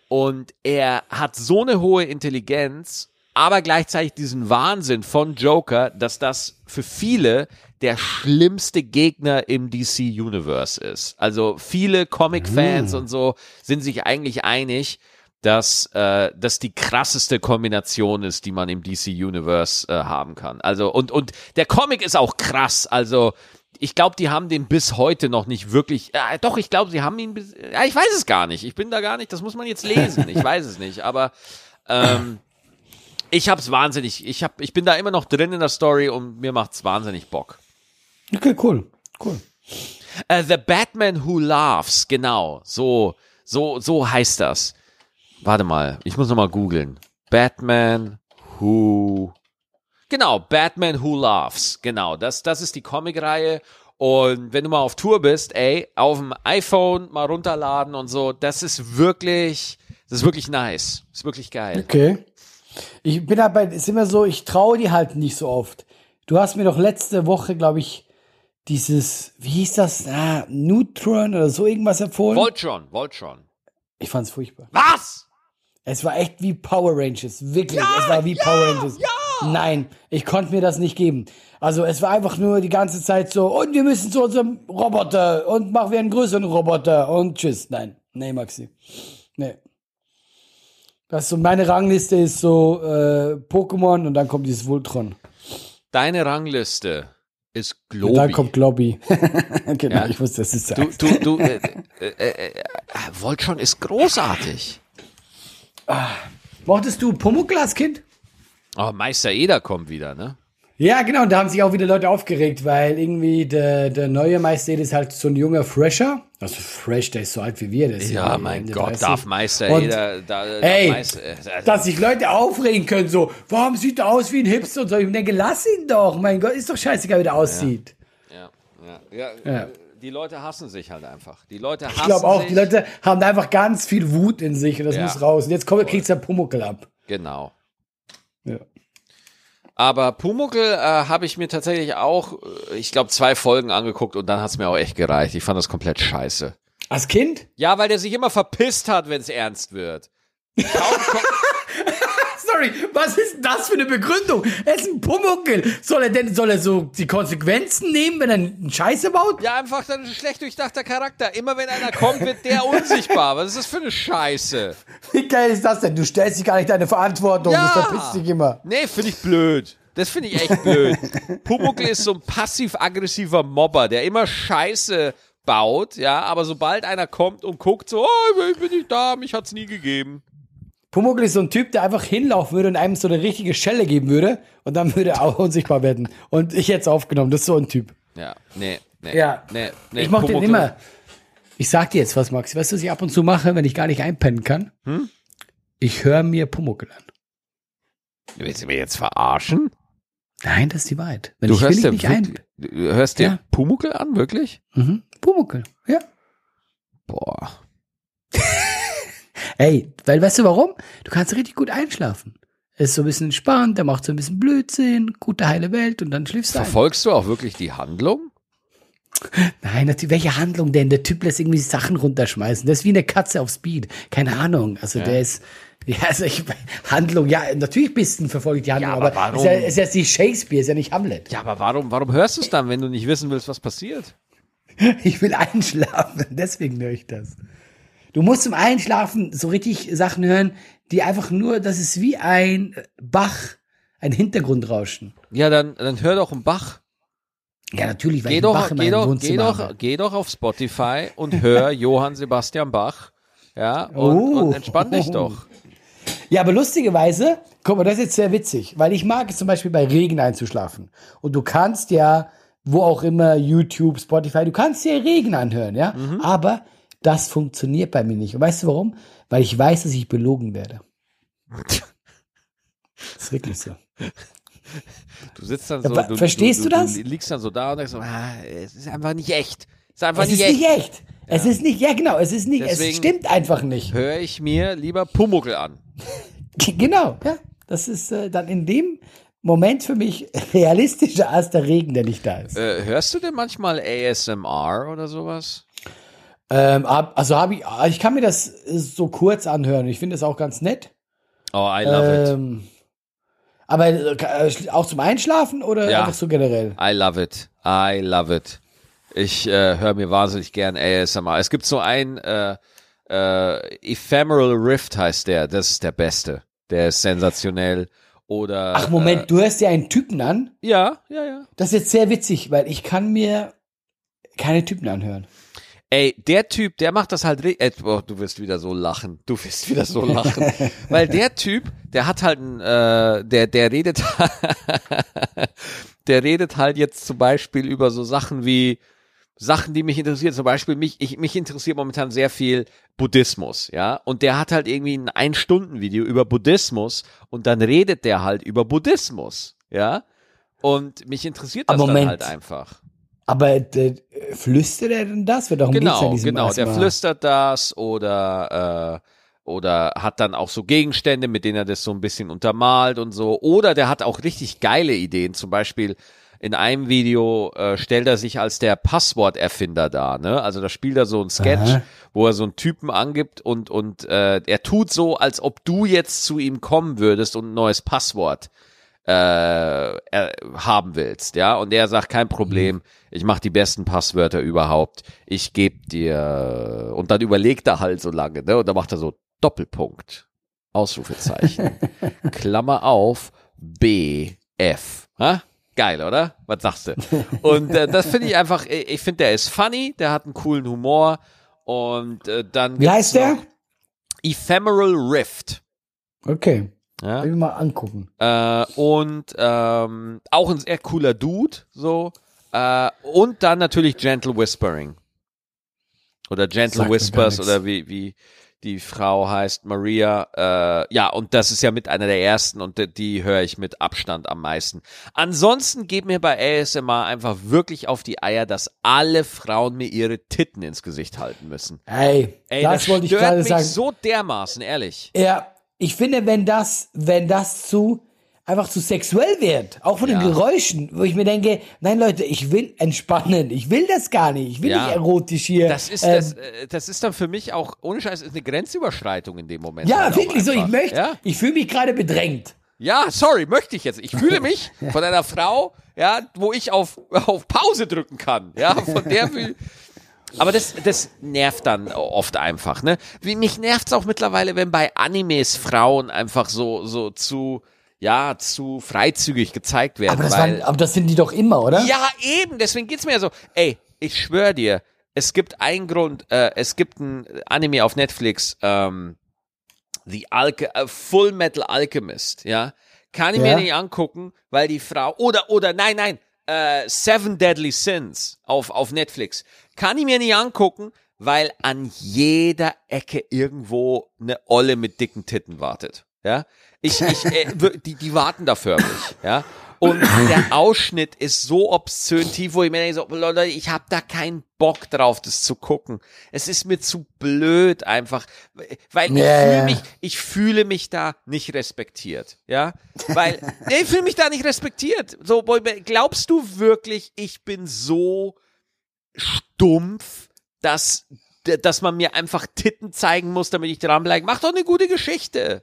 Und er hat so eine hohe Intelligenz, aber gleichzeitig diesen Wahnsinn von Joker, dass das für viele der schlimmste Gegner im D C-Universe ist. Also viele Comic-Fans mm. und so sind sich eigentlich einig, dass äh, das die krasseste Kombination ist, die man im D C-Universe äh, haben kann. Also und und der Comic ist auch krass. Also ich glaube, die haben den bis heute noch nicht wirklich. Äh, doch, ich glaube, sie haben ihn. Bis, ja, ich weiß es gar nicht. Ich bin da gar nicht. Das muss man jetzt lesen. Ich weiß es nicht. Aber ähm, ich hab's wahnsinnig. Ich hab, ich bin da immer noch drin in der Story und mir macht's wahnsinnig Bock. Okay, cool, cool. Uh, The Batman Who Laughs, genau. So, so, so heißt das. Warte mal, ich muss noch mal googeln. Batman Who Genau, Batman Who Laughs. Genau, das, das ist die Comicreihe. Und wenn du mal auf Tour bist, ey, auf dem iPhone mal runterladen und so, das ist wirklich, das ist wirklich nice. Das ist wirklich geil. Okay. Ich bin dabei, es ist immer so, ich traue die halt nicht so oft. Du hast mir doch letzte Woche, glaube ich, dieses, wie hieß das, ah, Neutron oder so irgendwas empfohlen. Voltron, Voltron. Ich fand's furchtbar. Was? Es war echt wie Power Rangers, wirklich. Ja, es war wie ja, Power Rangers. Ja. Nein, ich konnte mir das nicht geben. Also es war einfach nur die ganze Zeit so, und wir müssen zu unserem Roboter und machen wir einen größeren Roboter und tschüss. Nein, nee, Maxi. Nee. Das ist so, meine Rangliste ist so äh, Pokémon und dann kommt dieses Voltron. Deine Rangliste ist Globi. Und dann kommt Globi. Genau, Ja. ich wusste, das ist Du, du, du, äh, äh, äh, äh, Voltron ist großartig. Mochtest du Pumuckl als Kind? Oh, Meister Eder kommt wieder, ne? Ja, genau, und da haben sich auch wieder Leute aufgeregt, weil irgendwie der, der neue Meister Eder ist halt so ein junger Fresher. Also fresh, der ist so alt wie wir. Das ist Ja, ja mein Ende Gott, dreißig. darf Meister Und, Eder, da, ey, darf Meister, äh, dass sich Leute aufregen können, so, warum sieht er aus wie ein Hipster und so. Ich denke, lass ihn doch, mein Gott, ist doch scheißegal, wie der aussieht. ja, ja, ja, Ja. Die Leute hassen sich halt einfach. Die Leute hassen Ich glaube auch, sich. die Leute haben da einfach ganz viel Wut in sich und das Ja. muss raus. Und jetzt kommt, kriegt's der Pumuckl ab. Genau. Ja. Aber Pumuckl äh, habe ich mir tatsächlich auch, äh, ich glaube, zwei Folgen angeguckt und dann hat's mir auch echt gereicht. Ich fand das komplett scheiße. Als Kind? Ja, weil der sich immer verpisst hat, wenn es ernst wird. Kaum kommt, Sorry, was ist das für eine Begründung? Er ist ein Pumuckl. Soll er denn, soll er so die Konsequenzen nehmen, wenn er einen Scheiße baut? ja, einfach dann ein schlecht durchdachter Charakter. Immer wenn einer kommt, wird der unsichtbar. Was ist das für eine Scheiße? Wie geil ist das denn? Du stellst dich gar nicht deine Verantwortung. Ja. Du verpisst dich immer. Nee, finde ich blöd. Das finde ich echt blöd. Pumuckl ist so ein passiv-aggressiver Mobber, der immer Scheiße baut, ja, aber sobald einer kommt und guckt so, oh, ich bin nicht da, mich hat's nie gegeben. Pumuckl ist so ein Typ, der einfach hinlaufen würde und einem so eine richtige Schelle geben würde und dann würde er auch unsichtbar werden. Und ich hätte es aufgenommen. Das ist so ein Typ. Ja, nee, nee, Ja. nee, nee. Ich mochte den Pumuckl- immer. Ich sag dir jetzt was, Max. Weißt du, was ich ab und zu mache, wenn ich gar nicht einpennen kann? Hm? Ich höre mir Pumuckl an. Willst du mich jetzt verarschen? Nein, das ist die Wahrheit. Wenn Du ich will hörst ich dir nicht wirklich- ein. Du hörst dir Ja. Pumuckl an, wirklich? Mhm. Pumuckl, ja. Boah. Ey, weil weißt du warum? Du kannst richtig gut einschlafen. Es ist so ein bisschen entspannt, der macht so ein bisschen Blödsinn, gute heile Welt und dann schläfst du ein. Verfolgst du auch wirklich die Handlung? Nein, natürlich, welche Handlung denn? Der Typ lässt irgendwie Sachen runterschmeißen. Das ist wie eine Katze auf Speed. Keine Ahnung. Also Ja. der ist, ja, also ich, Handlung, ja, natürlich bist du verfolge ich die Handlung, Ja, aber aber, warum? ist ja, ist ja nicht Shakespeare, ist ja nicht Hamlet. Ja, aber warum, warum hörst du es dann, wenn du nicht wissen willst, was passiert? Ich will einschlafen, deswegen höre ich das. Du musst zum Einschlafen so richtig Sachen hören, die einfach nur, das ist wie ein Bach, ein Hintergrundrauschen. Ja, dann, dann hör doch einen Bach. Ja, natürlich, weil Geh ich einen doch, Bach in geh, meinem doch, geh, Wohnzimmer doch, habe. geh doch auf Spotify und hör Johann Sebastian Bach. Ja, und, Oh. und entspann dich doch. Ja, aber lustigerweise, guck mal, das ist jetzt sehr witzig, weil ich mag es zum Beispiel bei Regen einzuschlafen. Und du kannst ja, wo auch immer, YouTube, Spotify, du kannst dir Regen anhören, ja. Mhm. Aber das funktioniert bei mir nicht. Und weißt du warum? Weil ich weiß, dass ich belogen werde. Das ist wirklich so. Du sitzt dann so, Ja, du, verstehst du das? Du liegst dann so da und denkst so, ah, es ist einfach nicht echt. Es ist einfach Es nicht ist echt. nicht echt. Es ist nicht, ja genau, es ist nicht, Deswegen- es stimmt einfach nicht. Höre ich mir lieber Pumuckl an. Genau, ja. Das ist äh, dann in dem Moment für mich realistischer als der Regen, der nicht da ist. Äh, hörst du denn manchmal A S M R oder sowas? Ähm, ab- also habe ich, ich kann mir das so kurz anhören. Ich finde das auch ganz nett. Oh, I love it. Ähm, aber äh, auch zum Einschlafen oder Ja. einfach so generell? I love it. I love it. Ich äh, höre mir wahnsinnig gern A S M R. Es gibt so ein äh, äh, Ephemeral Rift heißt der. Das ist der beste. Der ist sensationell. Oder Ach Moment, äh, du hörst dir einen Typen an? ja, ja, ja. Das ist jetzt sehr witzig, weil ich kann mir keine Typen anhören. Ey, der Typ, der macht das halt richtig. Oh, du wirst wieder so lachen. Du wirst wieder so lachen. Weil der Typ, der hat halt ein, äh, der, der redet, der redet halt jetzt zum Beispiel über so Sachen wie Sachen, die mich interessieren. Zum Beispiel mich, ich, mich interessiert momentan sehr viel Buddhismus, ja. Und der hat halt irgendwie ein Ein-Stunden-Video über Buddhismus und dann redet der halt über Buddhismus, ja. Und mich interessiert das Aber dann Moment. halt einfach. Aber äh, flüstert er denn das? Wird doch Genau, genau. Der flüstert das oder äh, oder hat dann auch so Gegenstände, mit denen er das so ein bisschen untermalt und so. Oder der hat auch richtig geile Ideen. Zum Beispiel in einem Video äh, stellt er sich als der Passworterfinder dar. Ne? Also da spielt er so ein Sketch, Aha. wo er so einen Typen angibt und und äh, er tut so, als ob du jetzt zu ihm kommen würdest und ein neues Passwort äh, äh, haben willst, ja, und er sagt, kein Problem, ich mache die besten Passwörter überhaupt, ich gebe dir, und dann überlegt er halt so lange, ne, und dann macht er so Doppelpunkt, Ausrufezeichen, Klammer auf, B, F, ha? Geil, oder? Was sagst du? Und äh, das finde ich einfach, ich finde, der ist funny, der hat einen coolen Humor und äh, dann Wie heißt der? noch Ephemeral Rift. Okay. Ja? Will ich mal angucken. Äh, und ähm, auch ein sehr cooler Dude, so. Äh, und dann natürlich Gentle Whispering. Oder Gentle Sagt mir Whispers gar oder wie, wie die Frau heißt, Maria. Äh, ja, und das ist ja mit einer der ersten und die, die höre ich mit Abstand am meisten. Ansonsten geht mir bei A S M R einfach wirklich auf die Eier, dass alle Frauen mir ihre Titten ins Gesicht halten müssen. Ey, Ey, das, das wollte ich stört gerade mich sagen. so dermaßen, ehrlich. Ja, ich finde, wenn das, wenn das zu einfach zu sexuell wird, auch von Ja. den Geräuschen, wo ich mir denke, nein Leute, ich will entspannen, ich will das gar nicht, ich will Ja. nicht erotisch hier. Das ist, ähm, das, äh, das ist dann für mich auch, ohne Scheiß, ist eine Grenzüberschreitung in dem Moment. ja, halt auch wirklich so, ich einfach. möchte, Ja? ich fühle mich gerade bedrängt. ja, sorry, möchte ich jetzt. Ich fühle mich von einer Frau, ja, wo ich auf, auf Pause drücken kann. Ja, von der will. Aber das, das nervt dann oft einfach, ne? Wie, mich nervt's auch mittlerweile, wenn bei Animes Frauen einfach so, so zu, ja, zu freizügig gezeigt werden. Aber das, weil, waren, aber das sind die doch immer, oder? Ja, eben, deswegen geht's mir ja so. Ey, ich schwör dir, es gibt einen Grund, äh, es gibt ein Anime auf Netflix, ähm, The Alche äh, Full Metal Alchemist, ja. Kann ich Ja. mir nicht angucken, weil die Frau, oder, oder, nein, nein, äh, Seven Deadly Sins auf, auf Netflix. Kann ich mir nicht angucken, weil an jeder Ecke irgendwo eine Olle mit dicken Titten wartet, ja. Ich, ich, äh, wir- die, die warten da förmlich, ja. Und der Ausschnitt ist so obszön tief, wo ich mir denke, so, Leute, ich hab da keinen Bock drauf, das zu gucken. Es ist mir zu blöd einfach, weil ich Ja, fühle ja. mich, ich fühle mich da nicht respektiert, ja, weil nee, ich fühle mich da nicht respektiert. So, boy, glaubst du wirklich, ich bin so stumpf, dass dass man mir einfach Titten zeigen muss, damit ich dranbleibe? Mach doch eine gute Geschichte.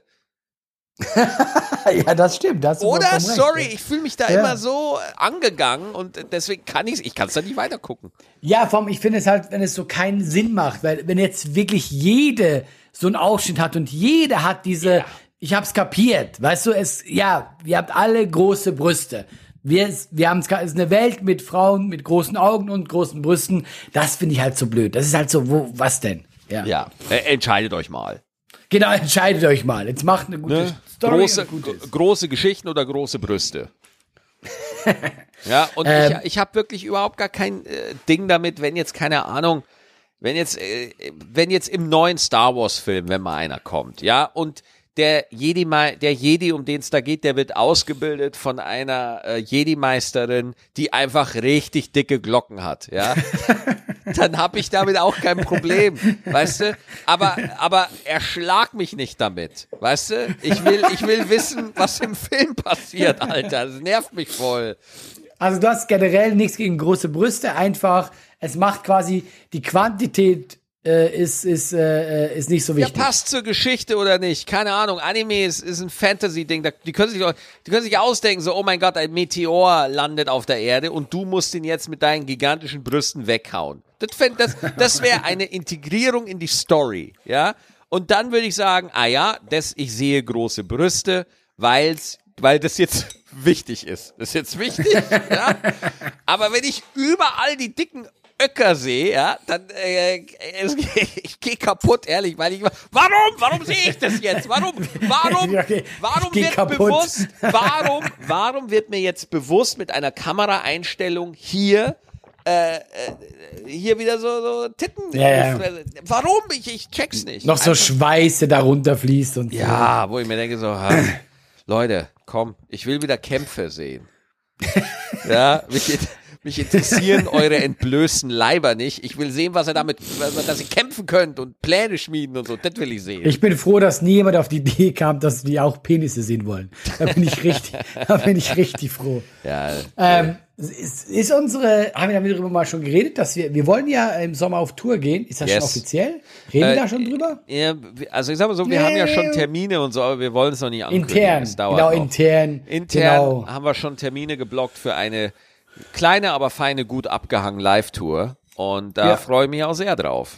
Ja, das stimmt. Das hast du Oder? vollkommen recht, Sorry, ja. ich fühle mich da Ja. immer so angegangen und deswegen kann ich's, ich kann es da nicht weiter gucken. Ja, vor allem, ich finde es halt, wenn es so keinen Sinn macht, weil wenn jetzt wirklich jede so einen Ausschnitt hat und jeder hat diese, ich hab's kapiert, weißt du, es, ja, ihr habt alle große Brüste. Wir, wir haben es ist eine Welt mit Frauen mit großen Augen und großen Brüsten. Das finde ich halt so blöd. Das ist halt so, wo, was denn? Ja. Ja, äh, entscheidet euch mal. Genau, entscheidet euch mal. Jetzt macht eine gute Ne? Story. Große, und gut ist. große Geschichten oder große Brüste. Ja, und Ähm. ich, ich habe wirklich überhaupt gar kein äh, Ding damit, wenn jetzt, keine Ahnung, wenn jetzt, äh, wenn jetzt im neuen Star Wars Film, wenn mal einer kommt, ja, und der Jedi, der Jedi, um den es da geht, der wird ausgebildet von einer äh, Jedi-Meisterin, die einfach richtig dicke Glocken hat, ja. Dann habe ich damit auch kein Problem, weißt du? Aber, aber erschlag mich nicht damit, weißt du? Ich will, ich will wissen, was im Film passiert, Alter. Das nervt mich voll. Also du hast generell nichts gegen große Brüste, einfach, es macht quasi die Quantität äh, ist, ist, äh, ist nicht so wichtig. Ja, passt zur Geschichte oder nicht? Keine Ahnung. Anime ist, ist ein Fantasy-Ding. Da- Die können sich, doch- die können sich ausdenken, so, oh mein Gott, ein Meteor landet auf der Erde und du musst ihn jetzt mit deinen gigantischen Brüsten weghauen. Das, fänd- das, das wäre eine Integrierung in die Story, ja? Und dann würde ich sagen, ah ja, das, ich sehe große Brüste, weil's, weil das jetzt wichtig ist. Das ist jetzt wichtig, ja? Aber wenn ich überall die dicken Öcker sehe, ja, dann äh, es, ich gehe kaputt, ehrlich, weil ich warum, warum sehe ich das jetzt? Warum, warum, Okay, warum ich geh wird kaputt. bewusst, warum, warum wird mir jetzt bewusst mit einer Kameraeinstellung hier äh, äh, hier wieder so, so Titten? Ja, ja. Warum? Ich, ich check's nicht. Noch so Einfach- Schweiß, der da runterfließt und so. ja, wo ich mir denke so, ha, Leute, komm, ich will wieder Kämpfe sehen. Ja, mich, mich interessieren eure entblößten Leiber nicht. Ich will sehen, was ihr damit, dass ihr kämpfen könnt und Pläne schmieden und so. Das will ich sehen. Ich bin froh, dass nie jemand auf die Idee kam, dass die auch Penisse sehen wollen. Da bin ich richtig, da bin ich richtig froh. ja, Ähm, ist, ist unsere, haben wir darüber mal schon geredet, dass wir, wir wollen ja im Sommer auf Tour gehen. Ist das Yes. schon offiziell? Reden wir Äh, da schon drüber? ja, also ich sag mal so, wir haben ja schon Termine und so, aber wir wollen es noch nicht ankündigen. Intern, Es dauert genau, noch. intern. Intern Genau. haben wir schon Termine geblockt für eine kleine, aber feine, gut abgehangen Live-Tour. Und da Ja. freue ich mich auch sehr drauf.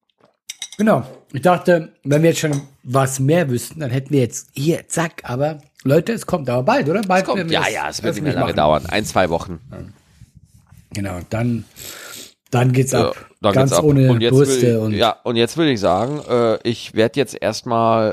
Genau. Ich dachte, wenn wir jetzt schon was mehr wüssten, dann hätten wir jetzt hier, zack, aber Leute, es kommt aber bald, oder? Bald Kommt, werden wir ja, das ja, es wird nicht öffentlich mehr lange machen. dauern. Ein, zwei Wochen. Genau, dann, dann geht's ab. Ja, dann Ganz geht's ab. ohne und jetzt Brüste will ich, und ja, und jetzt würde ich sagen, äh, ich werde jetzt erstmal,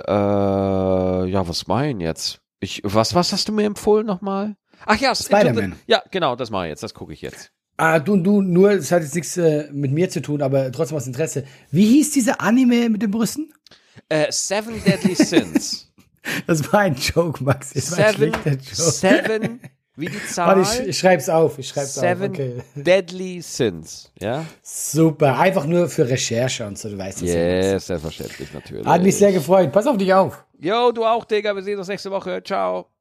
äh, ja, was mache ich denn jetzt? Ich, was, was hast du mir empfohlen nochmal? Ach ja, Spider-Man. Ja, genau, das mache ich jetzt, das gucke ich jetzt. Ah, du, du, nur, es hat jetzt nichts äh, mit mir zu tun, aber trotzdem was Interesse. Wie hieß dieser Anime mit den Brüsten? Äh, Seven Deadly Sins. Das war ein Joke, Max. Das war ein Seven, schlechter Joke. seven, wie die Zahl. Warte, ich, ich schreib's auf, ich schreib's Seven auf. Okay. Deadly Sins, ja? Super, einfach nur für Recherche und so, du weißt das ja. Yes, selbstverständlich, natürlich. Hat mich sehr gefreut. Pass auf dich auf. Jo, du auch, Digga, wir sehen uns nächste Woche. Ciao.